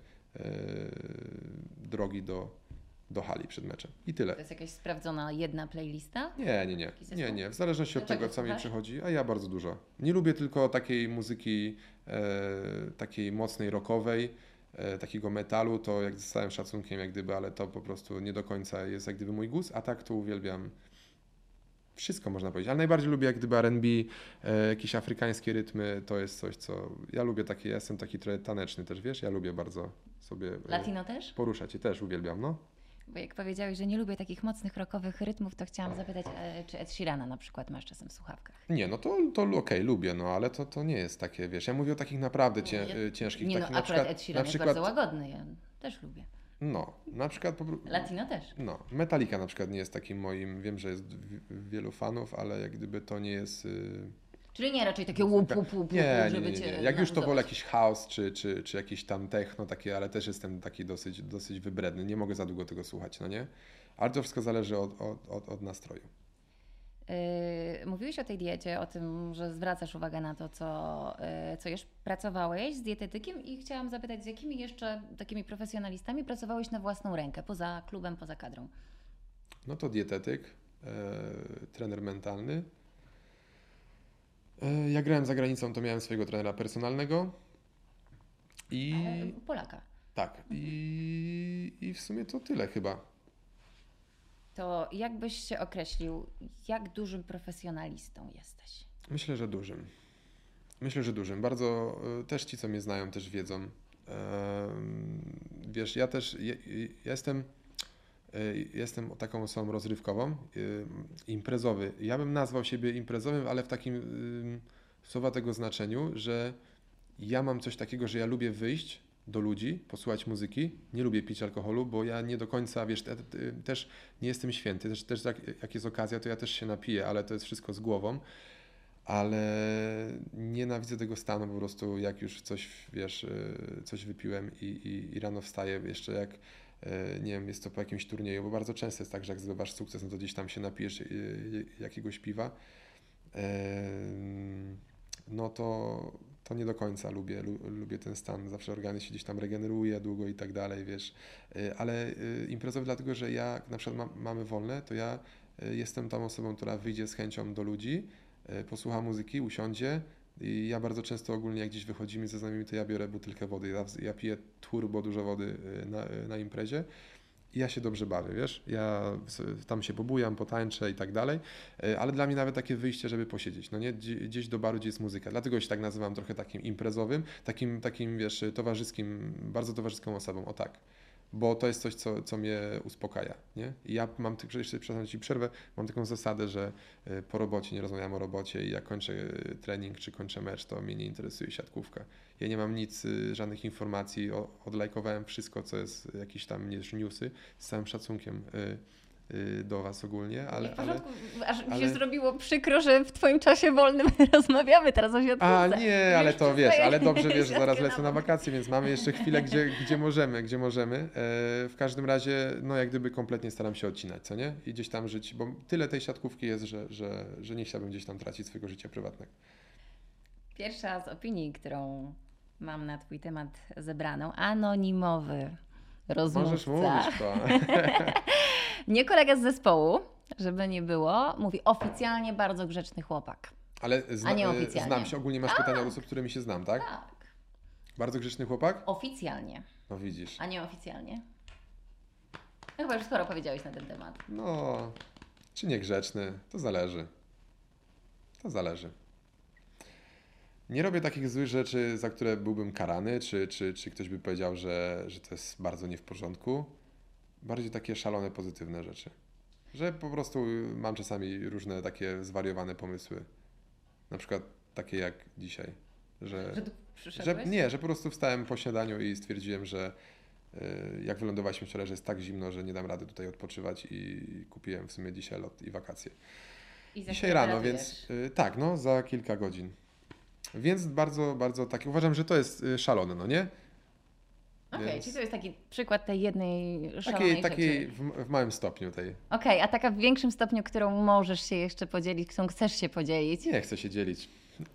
drogi do hali przed meczem. I tyle. To jest jakaś sprawdzona jedna playlista? Nie. W zależności od tego, co mi przychodzi, a ja bardzo dużo. Nie lubię tylko takiej muzyki, takiej mocnej rockowej, takiego metalu, to jak z całym szacunkiem jak gdyby, ale to po prostu nie do końca jest jak gdyby mój gust, a tak to uwielbiam wszystko, można powiedzieć, ale najbardziej lubię jak gdyby R&B, jakieś afrykańskie rytmy, to jest coś, co ja lubię, ja jestem taki trochę taneczny też, wiesz, ja lubię bardzo sobie Latino też? poruszać i też uwielbiam, no. Bo jak powiedziałeś, że nie lubię takich mocnych rockowych rytmów, to chciałam zapytać, czy Ed Sheerana na przykład masz czasem w słuchawkach? Nie, no to okej, lubię, no ale to nie jest takie, wiesz, ja mówię o takich naprawdę ciężkich. Nie, no takich, akurat Ed Sheeran jest bardzo łagodny, ja też lubię. No, na przykład... Latino też. No, Metallica na przykład nie jest takim moim, wiem, że jest wielu fanów, ale jak gdyby to nie jest... Czyli nie raczej takie łup, żeby cię Jak już to wolę nabuzować. jakiś house czy jakiś tam techno takie, ale też jestem taki dosyć wybredny, nie mogę za długo tego słuchać, no nie? Ale to wszystko zależy od nastroju. Mówiłeś o tej diecie, o tym, że zwracasz uwagę na to, co jesz. Pracowałeś z dietetykiem i chciałam zapytać, z jakimi jeszcze takimi profesjonalistami pracowałeś na własną rękę, poza klubem, poza kadrą? No to dietetyk, trener mentalny. Jak grałem za granicą, to miałem swojego trenera personalnego. Ale Polaka. Tak. I w sumie to tyle chyba. To jak byś się określił, jak dużym profesjonalistą jesteś? Myślę, że dużym. Bardzo też ci, co mnie znają, też wiedzą. Wiesz, ja jestem taką osobą rozrywkową, imprezowy. Ja bym nazwał siebie imprezowym, ale w takim słowatego znaczeniu, że ja mam coś takiego, że ja lubię wyjść do ludzi, posłuchać muzyki, nie lubię pić alkoholu, bo ja nie do końca, wiesz, też nie jestem święty, też jak jest okazja, to ja też się napiję, ale to jest wszystko z głową, ale nienawidzę tego stanu po prostu, jak już coś, wiesz, coś wypiłem i rano wstaję, jeszcze jak nie wiem, jest to po jakimś turnieju, bo bardzo często jest tak, że jak zdobywasz sukces, no to gdzieś tam się napijesz jakiegoś piwa, no to nie do końca lubię ten stan. Zawsze organizm się gdzieś tam regeneruje długo i tak dalej, wiesz. Ale imprezowy dlatego, że ja na przykład mamy wolne, to ja jestem tą osobą, która wyjdzie z chęcią do ludzi, posłucha muzyki, usiądzie i ja bardzo często ogólnie jak gdzieś wychodzimy ze znajomymi, to ja biorę butelkę wody. Ja piję turbo dużo wody na imprezie. I ja się dobrze bawię, wiesz, ja tam się pobujam, potańczę i tak dalej, ale dla mnie nawet takie wyjście, żeby posiedzieć, no nie, gdzieś do baru, gdzie jest muzyka, dlatego się tak nazywam trochę takim imprezowym, takim wiesz, towarzyskim, bardzo towarzyską osobą, o tak, bo to jest coś, co mnie uspokaja, nie, i ja mam, przepraszam Ci przerwę, mam taką zasadę, że po robocie nie rozmawiam o robocie i jak kończę trening czy kończę mecz, to mnie nie interesuje siatkówka. Ja nie mam nic, żadnych informacji, odlajkowałem wszystko, co jest jakieś tam newsy, z całym szacunkiem do Was ogólnie, ale... W porządku, aż mi się ale- zrobiło przykro, że w Twoim czasie wolnym rozmawiamy teraz o siatkówce. A nie, ale to wiesz, ale dobrze wiesz, że siatkę zaraz na lecę na bok. wakacje, więc mamy jeszcze chwilę, gdzie możemy. W każdym razie, no jak gdyby kompletnie staram się odcinać, co nie? I gdzieś tam żyć, bo tyle tej siatkówki jest, że nie chciałbym gdzieś tam tracić swojego życia prywatnego. Pierwsza z opinii, którą mam na Twój temat zebraną, anonimowy rozmówca. Możesz mówić to. Nie kolega z zespołu, żeby nie było, mówi oficjalnie bardzo grzeczny chłopak. Ale A nie oficjalnie. znam się, ogólnie masz pytania od osób, z którymi się znam, tak? Tak. Bardzo grzeczny chłopak? Oficjalnie, No widzisz. a nie oficjalnie. No chyba już sporo powiedziałeś na ten temat. No, czy niegrzeczny, to zależy. To zależy. Nie robię takich złych rzeczy, za które byłbym karany, czy ktoś by powiedział, że to jest bardzo nie w porządku. Bardziej takie szalone, pozytywne rzeczy. Że po prostu mam czasami różne takie zwariowane pomysły. Na przykład takie jak dzisiaj. Że tu przyszedłeś? że po prostu wstałem po śniadaniu i stwierdziłem, że jak wylądowaliśmy wczoraj, że jest tak zimno, że nie dam rady tutaj odpoczywać i kupiłem w sumie dzisiaj lot i wakacje. I za Dzisiaj chwilę rano, wylatujesz. więc tak, no za kilka godzin. Więc bardzo, bardzo tak, uważam, że to jest szalone, no nie? Okej, Więc czyli to jest taki przykład tej jednej szalonej takiej rzeczy. w małym stopniu tej. Okej, a taka w większym stopniu, którą możesz się jeszcze podzielić, którą chcesz się podzielić? Nie chcę się dzielić.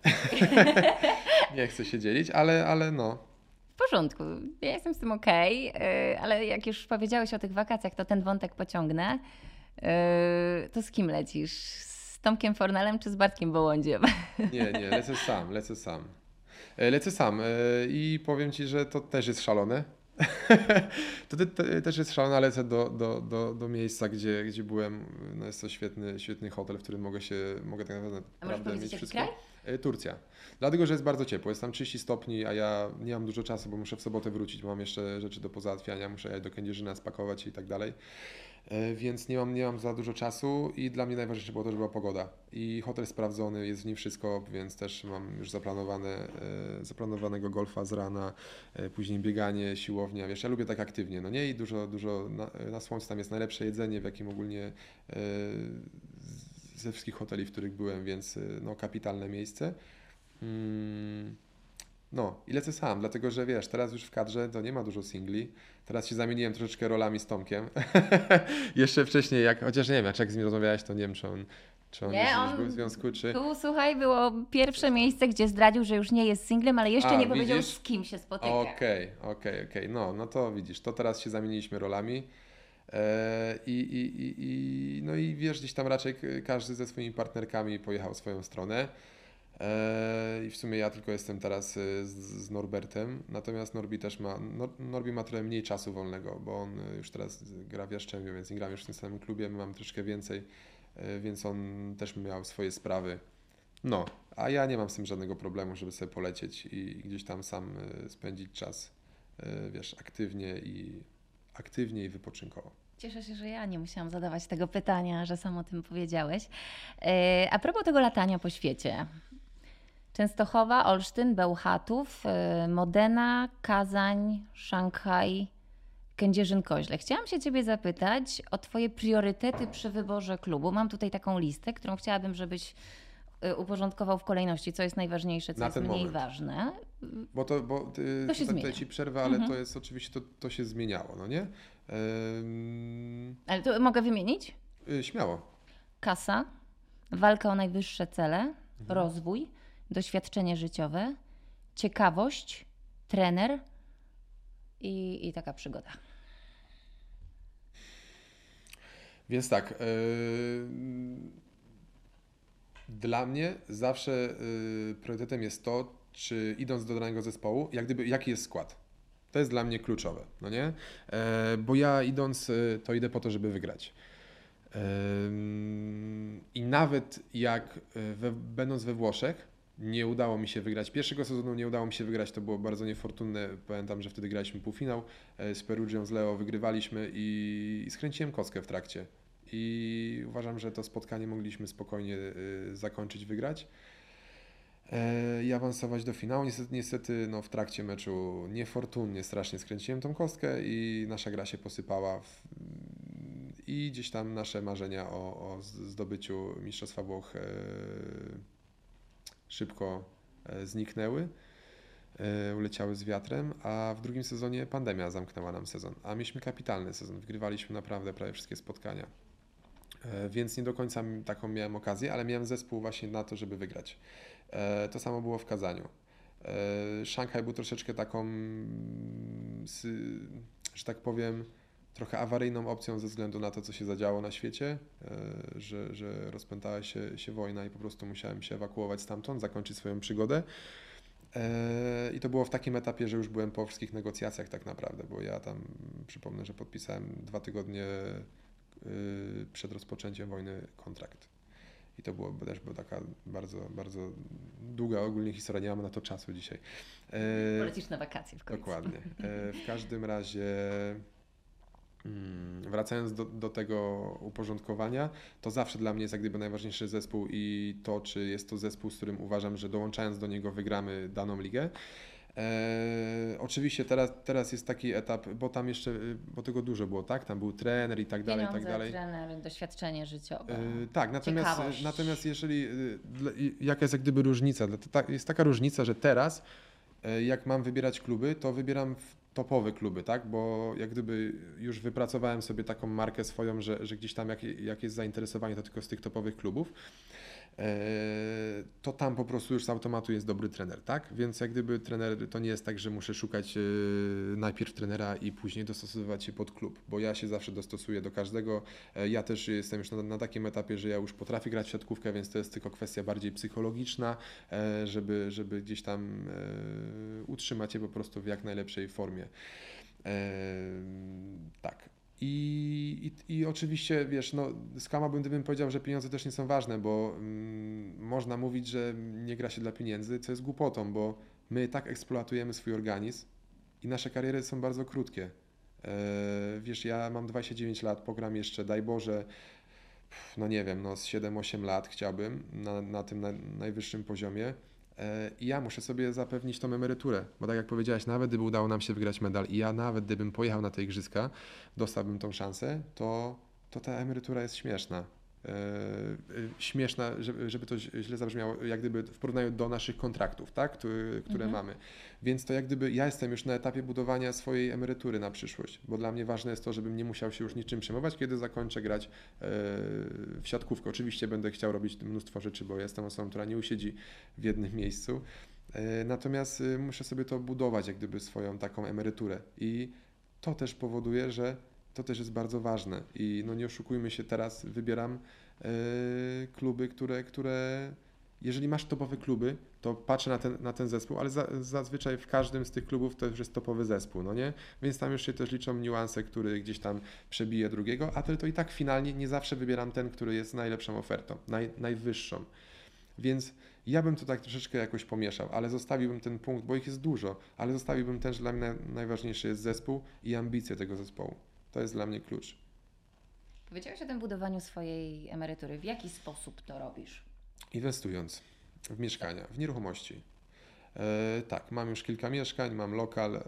Nie chcę się dzielić, ale no. W porządku, ja jestem z tym okej, ale jak już powiedziałeś o tych wakacjach, to ten wątek pociągnę. To z kim lecisz? Z Tomkiem Fornelem czy z Bartkiem Bołądziem? Nie, lecę sam. Lecę sam i powiem Ci, że to też jest szalone. To też jest szalone, ale lecę do miejsca, gdzie byłem. No jest to świetny hotel, w którym mogę tak A możesz naprawdę powiedzieć, mieć jaki wszystko. kraj? Turcja. Dlatego, że jest bardzo ciepło. Jest tam 30 stopni, a ja nie mam dużo czasu, bo muszę w sobotę wrócić. Mam jeszcze rzeczy do pozałatwiania, muszę jechać do Kędzierzyna, spakować i tak dalej. Więc nie mam za dużo czasu i dla mnie najważniejsze było to, że była pogoda. I hotel sprawdzony, jest w nim wszystko, więc też mam już zaplanowanego golfa z rana, później bieganie, siłownia, wiesz, ja lubię tak aktywnie, no nie? I dużo na słońcu, tam jest najlepsze jedzenie, w jakim ogólnie ze wszystkich hoteli, w których byłem, więc no kapitalne miejsce. No i lecę sam, dlatego że wiesz, teraz już w kadrze to nie ma dużo singli. Teraz się zamieniłem troszeczkę rolami z Tomkiem. Jeszcze wcześniej, chociaż nie wiem, jak z nim rozmawiałeś, to nie wiem, czy on był w związku, czy... Tu, słuchaj, było pierwsze miejsce, gdzie zdradził, że już nie jest singlem, ale jeszcze nie powiedział, widzisz? z kim się spotyka. Okej. No to widzisz, to teraz się zamieniliśmy rolami. No i wiesz, gdzieś tam raczej każdy ze swoimi partnerkami pojechał w swoją stronę. I w sumie ja tylko jestem teraz z Norbertem, natomiast Norbi ma trochę mniej czasu wolnego, bo on już teraz gra w Jastrzębiu, więc nie gram już w tym samym klubie, my mamy troszkę więcej, więc on też miał swoje sprawy. No, a ja nie mam z tym żadnego problemu, żeby sobie polecieć i gdzieś tam sam spędzić czas, wiesz, aktywnie i wypoczynkowo. Cieszę się, że ja nie musiałam zadawać tego pytania, że sam o tym powiedziałeś. A propos tego latania po świecie. Częstochowa, Olsztyn, Bełchatów, Modena, Kazań, Szanghaj, Kędzierzyn-Koźle. Chciałam się Ciebie zapytać o Twoje priorytety przy wyborze klubu. Mam tutaj taką listę, którą chciałabym, żebyś uporządkował w kolejności, co jest najważniejsze, co Na jest ten mniej moment. ważne. Bo To się zmienia. tutaj Ci przerwę, ale to jest oczywiście, to się zmieniało, no nie? Ale to mogę wymienić? Śmiało. Kasa, walka o najwyższe cele, rozwój, doświadczenie życiowe, ciekawość, trener i taka przygoda. Więc tak, dla mnie zawsze priorytetem jest to, czy idąc do danego zespołu, jaki jest skład. To jest dla mnie kluczowe, no nie? Bo ja idąc, to idę po to, żeby wygrać. I nawet będąc we Włoszech, nie udało mi się wygrać. Pierwszego sezonu nie udało mi się wygrać, to było bardzo niefortunne. Pamiętam, że wtedy graliśmy półfinał z Perugią, z Leo, wygrywaliśmy i skręciłem kostkę w trakcie. I uważam, że to spotkanie mogliśmy spokojnie zakończyć, wygrać i awansować do finału. Niestety no, w trakcie meczu niefortunnie strasznie skręciłem tą kostkę i nasza gra się posypała i gdzieś tam nasze marzenia o zdobyciu Mistrzostwa Włoch szybko zniknęły, uleciały z wiatrem, a w drugim sezonie pandemia zamknęła nam sezon, a mieliśmy kapitalny sezon, wygrywaliśmy naprawdę prawie wszystkie spotkania, więc nie do końca taką miałem okazję, ale miałem zespół właśnie na to, żeby wygrać. To samo było w Kazaniu. Szanghaj był troszeczkę taką, że tak powiem, trochę awaryjną opcją ze względu na to, co się zadziało na świecie, że rozpętała się wojna i po prostu musiałem się ewakuować stamtąd, zakończyć swoją przygodę. I to było w takim etapie, że już byłem po wszystkich negocjacjach tak naprawdę, bo ja tam, przypomnę, że podpisałem 2 tygodnie przed rozpoczęciem wojny kontrakt. I to też była taka bardzo, bardzo długa ogólnie historia, nie mamy na to czasu dzisiaj. Polecisz na wakacje w końcu. Dokładnie. W każdym razie Wracając do tego uporządkowania, to zawsze dla mnie jest jak gdyby najważniejszy zespół i to, czy jest to zespół, z którym uważam, że dołączając do niego wygramy daną ligę. Oczywiście teraz jest taki etap, bo tam jeszcze, bo tego dużo było, tak? Tam był trener i tak dalej, i tak Pieniądze, dalej. trener, doświadczenie życiowe. Tak, Ciekawość. natomiast jeżeli, jaka jest jak gdyby różnica? Jest taka różnica, że teraz jak mam wybierać kluby, to wybieram topowe kluby, tak? Bo jak gdyby już wypracowałem sobie taką markę swoją, że gdzieś tam jak jest zainteresowanie, to tylko z tych topowych klubów, to tam po prostu już z automatu jest dobry trener, tak? Więc jak gdyby trener, to nie jest tak, że muszę szukać najpierw trenera i później dostosowywać się pod klub, bo ja się zawsze dostosuję do każdego. Ja też jestem już na takim etapie, że ja już potrafię grać w siatkówkę, więc to jest tylko kwestia bardziej psychologiczna, żeby gdzieś tam utrzymać się po prostu w jak najlepszej formie. Tak. I oczywiście, wiesz, no skłamałbym, gdybym powiedział, że pieniądze też nie są ważne, bo można mówić, że nie gra się dla pieniędzy, co jest głupotą, bo my tak eksploatujemy swój organizm i nasze kariery są bardzo krótkie. Wiesz, ja mam 29 lat, pogram jeszcze, daj Boże, no nie wiem, no z 7-8 lat chciałbym na tym najwyższym poziomie. I ja muszę sobie zapewnić tą emeryturę, bo tak jak powiedziałeś, nawet gdyby udało nam się wygrać medal i ja nawet gdybym pojechał na te igrzyska, dostałbym tą szansę, to ta emerytura jest śmieszna. Śmieszna, żeby to źle zabrzmiało, jak gdyby w porównaniu do naszych kontraktów, tak, które mamy. Więc to jak gdyby ja jestem już na etapie budowania swojej emerytury na przyszłość, bo dla mnie ważne jest to, żebym nie musiał się już niczym przejmować, kiedy zakończę grać w siatkówkę. Oczywiście będę chciał robić mnóstwo rzeczy, bo jestem osobą, która nie usiedzi w jednym miejscu, natomiast muszę sobie to budować, jak gdyby swoją taką emeryturę i to też powoduje, że to też jest bardzo ważne i no nie oszukujmy się, teraz wybieram kluby, które jeżeli masz topowe kluby, to patrzę na ten zespół, ale zazwyczaj w każdym z tych klubów to już jest topowy zespół, no nie? Więc tam już się też liczą niuanse, który gdzieś tam przebije drugiego, a to i tak finalnie nie zawsze wybieram ten, który jest najlepszą ofertą, najwyższą. Więc ja bym to tak troszeczkę jakoś pomieszał, ale zostawiłbym ten punkt, bo ich jest dużo, ale zostawiłbym ten, że dla mnie najważniejszy jest zespół i ambicje tego zespołu. To jest dla mnie klucz. Powiedziałeś o tym budowaniu swojej emerytury. W jaki sposób to robisz? Inwestując w mieszkania, w nieruchomości. Tak, mam już kilka mieszkań, mam lokal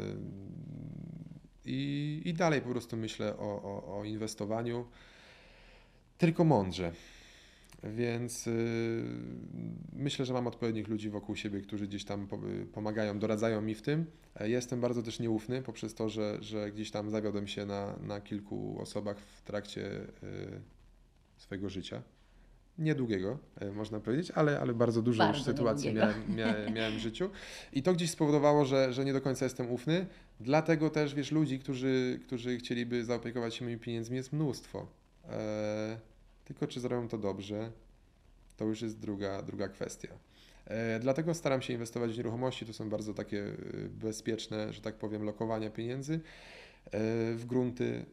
i dalej po prostu myślę o inwestowaniu, tylko mądrze. Więc myślę, że mam odpowiednich ludzi wokół siebie, którzy gdzieś tam pomagają, doradzają mi w tym. Jestem bardzo też nieufny poprzez to, że gdzieś tam zawiodłem się na kilku osobach w trakcie swojego życia. Niedługiego, można powiedzieć, ale bardzo dużo już sytuacji miałem w życiu. I to gdzieś spowodowało, że nie do końca jestem ufny. Dlatego też, wiesz, ludzi, którzy chcieliby zaopiekować się moimi pieniędzmi jest mnóstwo. Tylko czy zrobią to dobrze, to już jest druga kwestia. Dlatego staram się inwestować w nieruchomości, to są bardzo takie bezpieczne, że tak powiem, lokowania pieniędzy w grunty.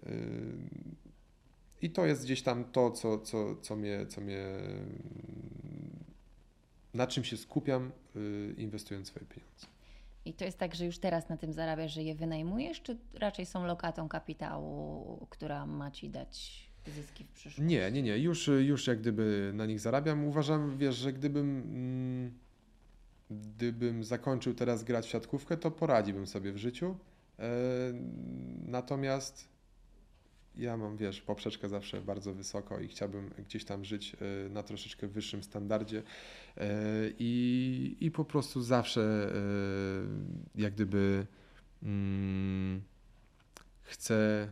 I to jest gdzieś tam to, co mnie na czym się skupiam, inwestując swoje pieniądze. I to jest tak, że już teraz na tym zarabiasz, że je wynajmujesz, czy raczej są lokatą kapitału, która ma Ci dać zyski w przyszłości? Nie. Już jak gdyby na nich zarabiam. Uważam, wiesz, że gdybym zakończył teraz grać w siatkówkę, to poradziłbym sobie w życiu. Natomiast ja mam, wiesz, poprzeczkę zawsze bardzo wysoko i chciałbym gdzieś tam żyć na troszeczkę wyższym standardzie i po prostu zawsze jak gdyby chcę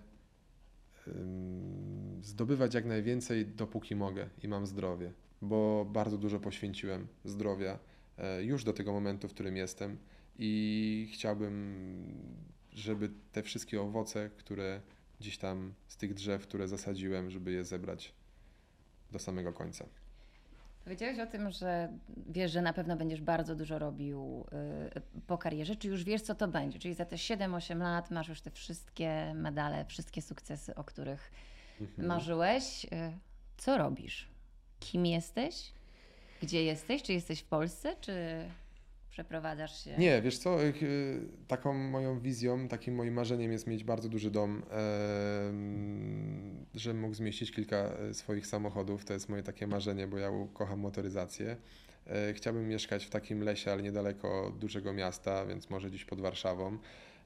zdobywać jak najwięcej, dopóki mogę i mam zdrowie, bo bardzo dużo poświęciłem zdrowia już do tego momentu, w którym jestem i chciałbym, żeby te wszystkie owoce, które gdzieś tam z tych drzew, które zasadziłem, żeby je zebrać do samego końca. Powiedziałeś o tym, że wiesz, że na pewno będziesz bardzo dużo robił po karierze. Czy już wiesz, co to będzie? Czyli za te 7-8 lat masz już te wszystkie medale, wszystkie sukcesy, o których marzyłeś. Co robisz? Kim jesteś? Gdzie jesteś? Czy jesteś w Polsce, czy Przeprowadzasz się? Nie, wiesz co, taką moją wizją, takim moim marzeniem jest mieć bardzo duży dom, że mógł zmieścić kilka swoich samochodów. To jest moje takie marzenie, bo ja kocham motoryzację. Chciałbym mieszkać w takim lesie, ale niedaleko dużego miasta, więc może gdzieś pod Warszawą.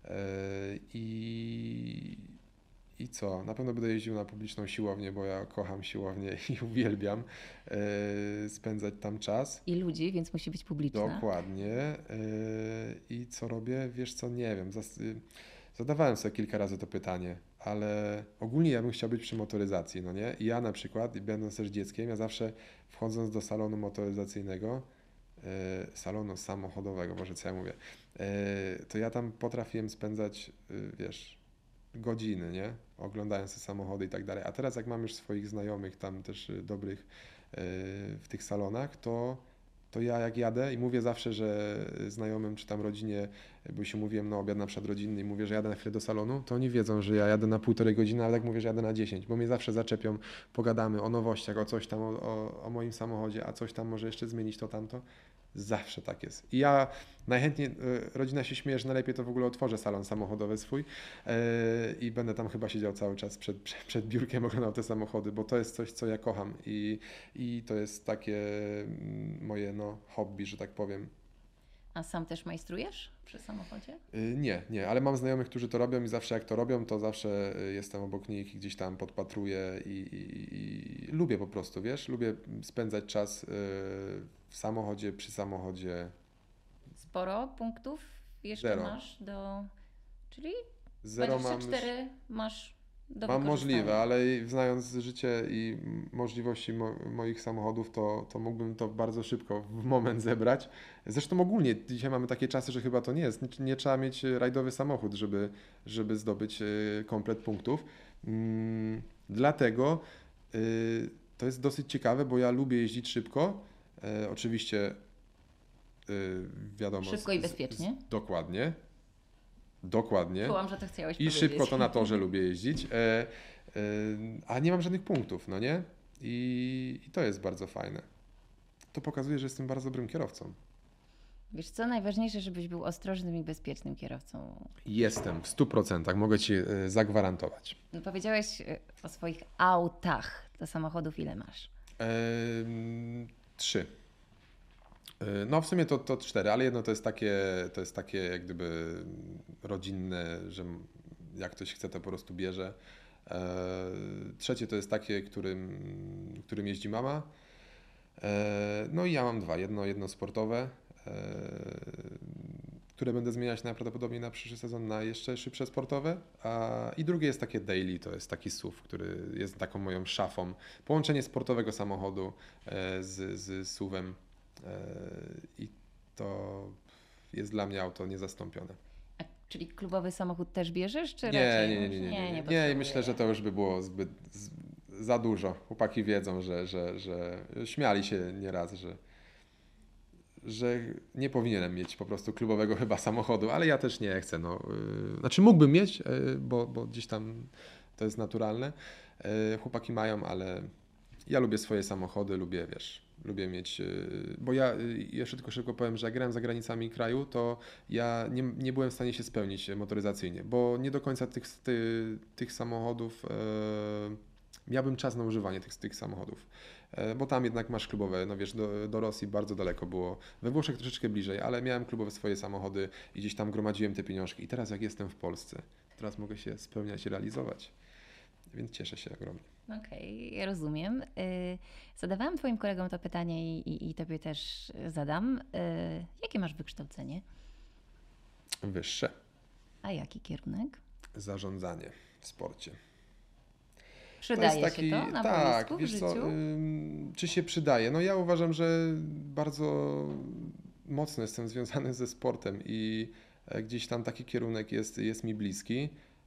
I co? Na pewno będę jeździł na publiczną siłownię, bo ja kocham siłownię i uwielbiam spędzać tam czas. I ludzi, więc musi być publiczna. Dokładnie. I co robię? Wiesz co, nie wiem. Zadawałem sobie kilka razy to pytanie, ale ogólnie ja bym chciał być przy motoryzacji, no nie? I ja na przykład, będąc też dzieckiem, ja zawsze wchodząc do salonu motoryzacyjnego, salonu samochodowego, Boże, co ja mówię, to ja tam potrafiłem spędzać, wiesz, godziny, nie? Oglądając te samochody i tak dalej. A teraz jak mam już swoich znajomych tam też dobrych w tych salonach, to ja jak jadę i mówię zawsze, że znajomym czy tam rodzinie, bo się mówiłem na obiad na przykład rodzinny i mówię, że jadę na chwilę do salonu, to oni wiedzą, że ja jadę na 1,5 godziny, ale jak mówię, że jadę na 10, bo mnie zawsze zaczepią, pogadamy o nowościach, o coś tam, o moim samochodzie, a coś tam może jeszcze zmienić to tamto. Zawsze tak jest. I ja najchętniej, rodzina się śmieje, że najlepiej to w ogóle otworzę salon samochodowy swój i będę tam chyba siedział cały czas przed biurkiem, oglądał te samochody, bo to jest coś, co ja kocham i to jest takie moje hobby, że tak powiem. A sam też majstrujesz przy samochodzie? Nie, ale mam znajomych, którzy to robią i zawsze jak to robią, to zawsze jestem obok nich i gdzieś tam podpatruję i lubię po prostu, wiesz, lubię spędzać czas w samochodzie, przy samochodzie. Sporo punktów jeszcze 0. masz czyli 0 24 masz do Mam wykorzystania. możliwe, ale znając życie i możliwości moich samochodów, to mógłbym to bardzo szybko w moment zebrać. Zresztą ogólnie dzisiaj mamy takie czasy, że chyba to nie jest. Nie trzeba mieć rajdowy samochód, żeby zdobyć komplet punktów. Dlatego to jest dosyć ciekawe, bo ja lubię jeździć szybko. Oczywiście wiadomo. Szybko i bezpiecznie. Dokładnie. Czułam, że to chciałeś I powiedzieć. szybko to na torze lubię jeździć, a nie mam żadnych punktów, no nie? I to jest bardzo fajne. To pokazuje, że jestem bardzo dobrym kierowcą. Wiesz co, najważniejsze, żebyś był ostrożnym i bezpiecznym kierowcą. Jestem w 100%, mogę Ci zagwarantować. No, powiedziałeś o swoich autach do samochodów, ile masz? 3. No w sumie to 4, ale jedno to jest takie jak gdyby rodzinne, że jak ktoś chce, to po prostu bierze. Trzecie to jest takie, którym jeździ mama. No i ja mam 2. Jedno sportowe, które będę zmieniać najprawdopodobniej na przyszły sezon na jeszcze szybsze sportowe. I drugie jest takie daily, to jest taki SUV, który jest taką moją szafą. Połączenie sportowego samochodu z SUV-em. I to jest dla mnie auto niezastąpione. Czyli klubowy samochód też bierzesz, czy Nie, raczej? Nie, myślę, że to już by było za dużo. Chłopaki wiedzą, że śmiali się nieraz, że nie powinienem mieć po prostu klubowego chyba samochodu, ale ja też nie chcę. Znaczy mógłbym mieć, bo gdzieś tam to jest naturalne. Chłopaki mają, ale ja lubię swoje samochody, lubię mieć, bo ja jeszcze tylko szybko powiem, że jak grałem za granicami kraju, to ja nie byłem w stanie się spełnić motoryzacyjnie, bo nie do końca tych samochodów, miałbym czas na używanie tych samochodów, bo tam jednak masz klubowe, no wiesz, do Rosji bardzo daleko było, we Włoszech troszeczkę bliżej, ale miałem klubowe swoje samochody i gdzieś tam gromadziłem te pieniążki i teraz jak jestem w Polsce, teraz mogę się spełniać i realizować, więc cieszę się ogromnie. Okej, ja rozumiem. Zadawałam Twoim kolegom to pytanie i Tobie też zadam. Jakie masz wykształcenie? Wyższe. A jaki kierunek? Zarządzanie w sporcie. Przydaje się to na boisku, w wiesz życiu? co, czy się przydaje? No ja uważam, że bardzo mocno jestem związany ze sportem i gdzieś tam taki kierunek jest mi bliski.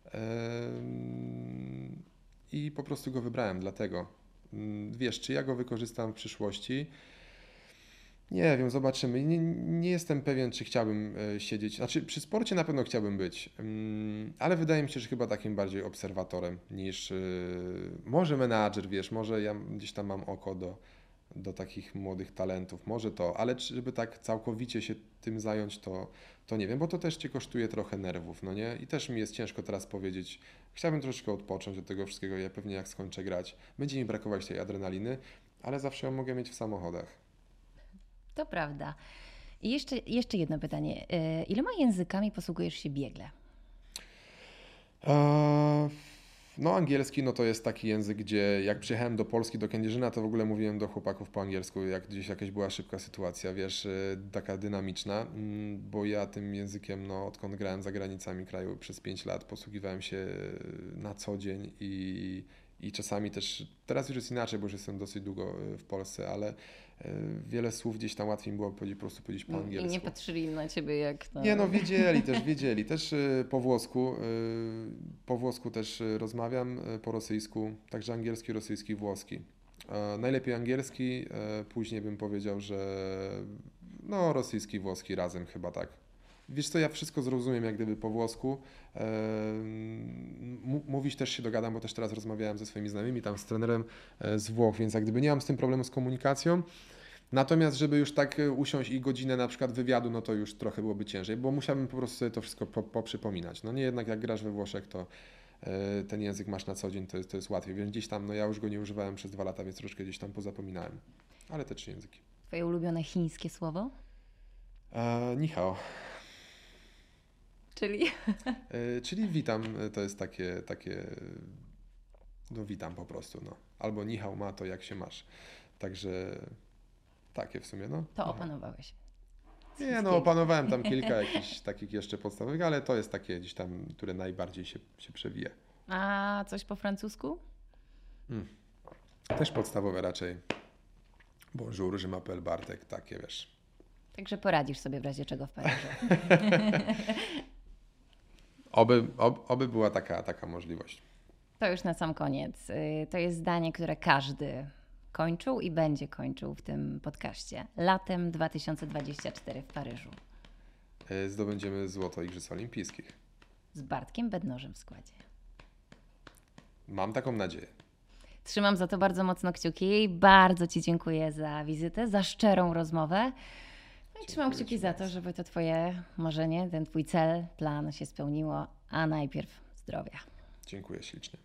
I po prostu go wybrałem dlatego. Wiesz, czy ja go wykorzystam w przyszłości? Nie wiem, zobaczymy. Nie jestem pewien, czy chciałbym siedzieć. Znaczy, przy sporcie na pewno chciałbym być, ale wydaje mi się, że chyba takim bardziej obserwatorem niż może menadżer, wiesz, może ja gdzieś tam mam oko do takich młodych talentów. Może to, ale żeby tak całkowicie się tym zająć, to nie wiem, bo to też cię kosztuje trochę nerwów, no nie? I też mi jest ciężko teraz powiedzieć, chciałbym troszeczkę odpocząć od tego wszystkiego, ja pewnie jak skończę grać, będzie mi brakować tej adrenaliny, ale zawsze ją mogę mieć w samochodach. To prawda. I jeszcze jedno pytanie. Iloma językami posługujesz się biegle? No angielski to jest taki język, gdzie jak przyjechałem do Polski, do Kędzierzyna, to w ogóle mówiłem do chłopaków po angielsku, jak gdzieś jakaś była szybka sytuacja, wiesz, taka dynamiczna, bo ja tym językiem, odkąd grałem za granicami kraju przez 5 lat, posługiwałem się na co dzień i czasami też, teraz już jest inaczej, bo już jestem dosyć długo w Polsce, ale wiele słów gdzieś tam łatwiej mi było po prostu powiedzieć po angielsku. I nie patrzyli na ciebie jak to... Nie, wiedzieli też po włosku też rozmawiam, po rosyjsku, także angielski, rosyjski, włoski. Najlepiej angielski, później bym powiedział, że rosyjski, włoski razem chyba tak. Wiesz co, ja wszystko zrozumiem jak gdyby po włosku. Mówić też się dogadam, bo też teraz rozmawiałem ze swoimi znajomymi, tam z trenerem z Włoch, więc jak gdyby nie mam z tym problemu z komunikacją. Natomiast, żeby już tak usiąść i godzinę na przykład wywiadu, to już trochę byłoby ciężej, bo musiałbym po prostu sobie to wszystko poprzypominać. Nie jednak jak grasz we Włoszech, to ten język masz na co dzień, to jest łatwiej. Więc gdzieś tam, ja już go nie używałem przez 2 lata, więc troszkę gdzieś tam pozapominałem. Ale te 3 języki. Twoje ulubione chińskie słowo? Ni hao. Czyli? Czyli witam, to jest takie witam po prostu, Albo ni hao ma, to jak się masz. Także takie w sumie, To opanowałeś. Nie, opanowałem tam kilka jakichś takich jeszcze podstawowych, ale to jest takie gdzieś tam, które najbardziej się przewija. A coś po francusku? Też podstawowe raczej. Bonjour, je m'appelle Bartek, takie wiesz. Także poradzisz sobie w razie czego w Paryżu. Oby była taka możliwość. To już na sam koniec. To jest zdanie, które każdy kończył i będzie kończył w tym podcaście. Latem 2024 w Paryżu. Zdobędziemy złoto Igrzysk Olimpijskich. Z Bartkiem Bednożem w składzie. Mam taką nadzieję. Trzymam za to bardzo mocno kciuki. Bardzo Ci dziękuję za wizytę, za szczerą rozmowę. I trzymam kciuki za to, żeby to Twoje marzenie, ten Twój cel, plan się spełniło, a najpierw zdrowia. Dziękuję ślicznie.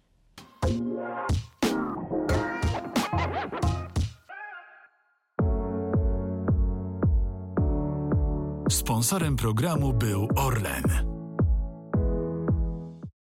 Sponsorem programu był Orlen.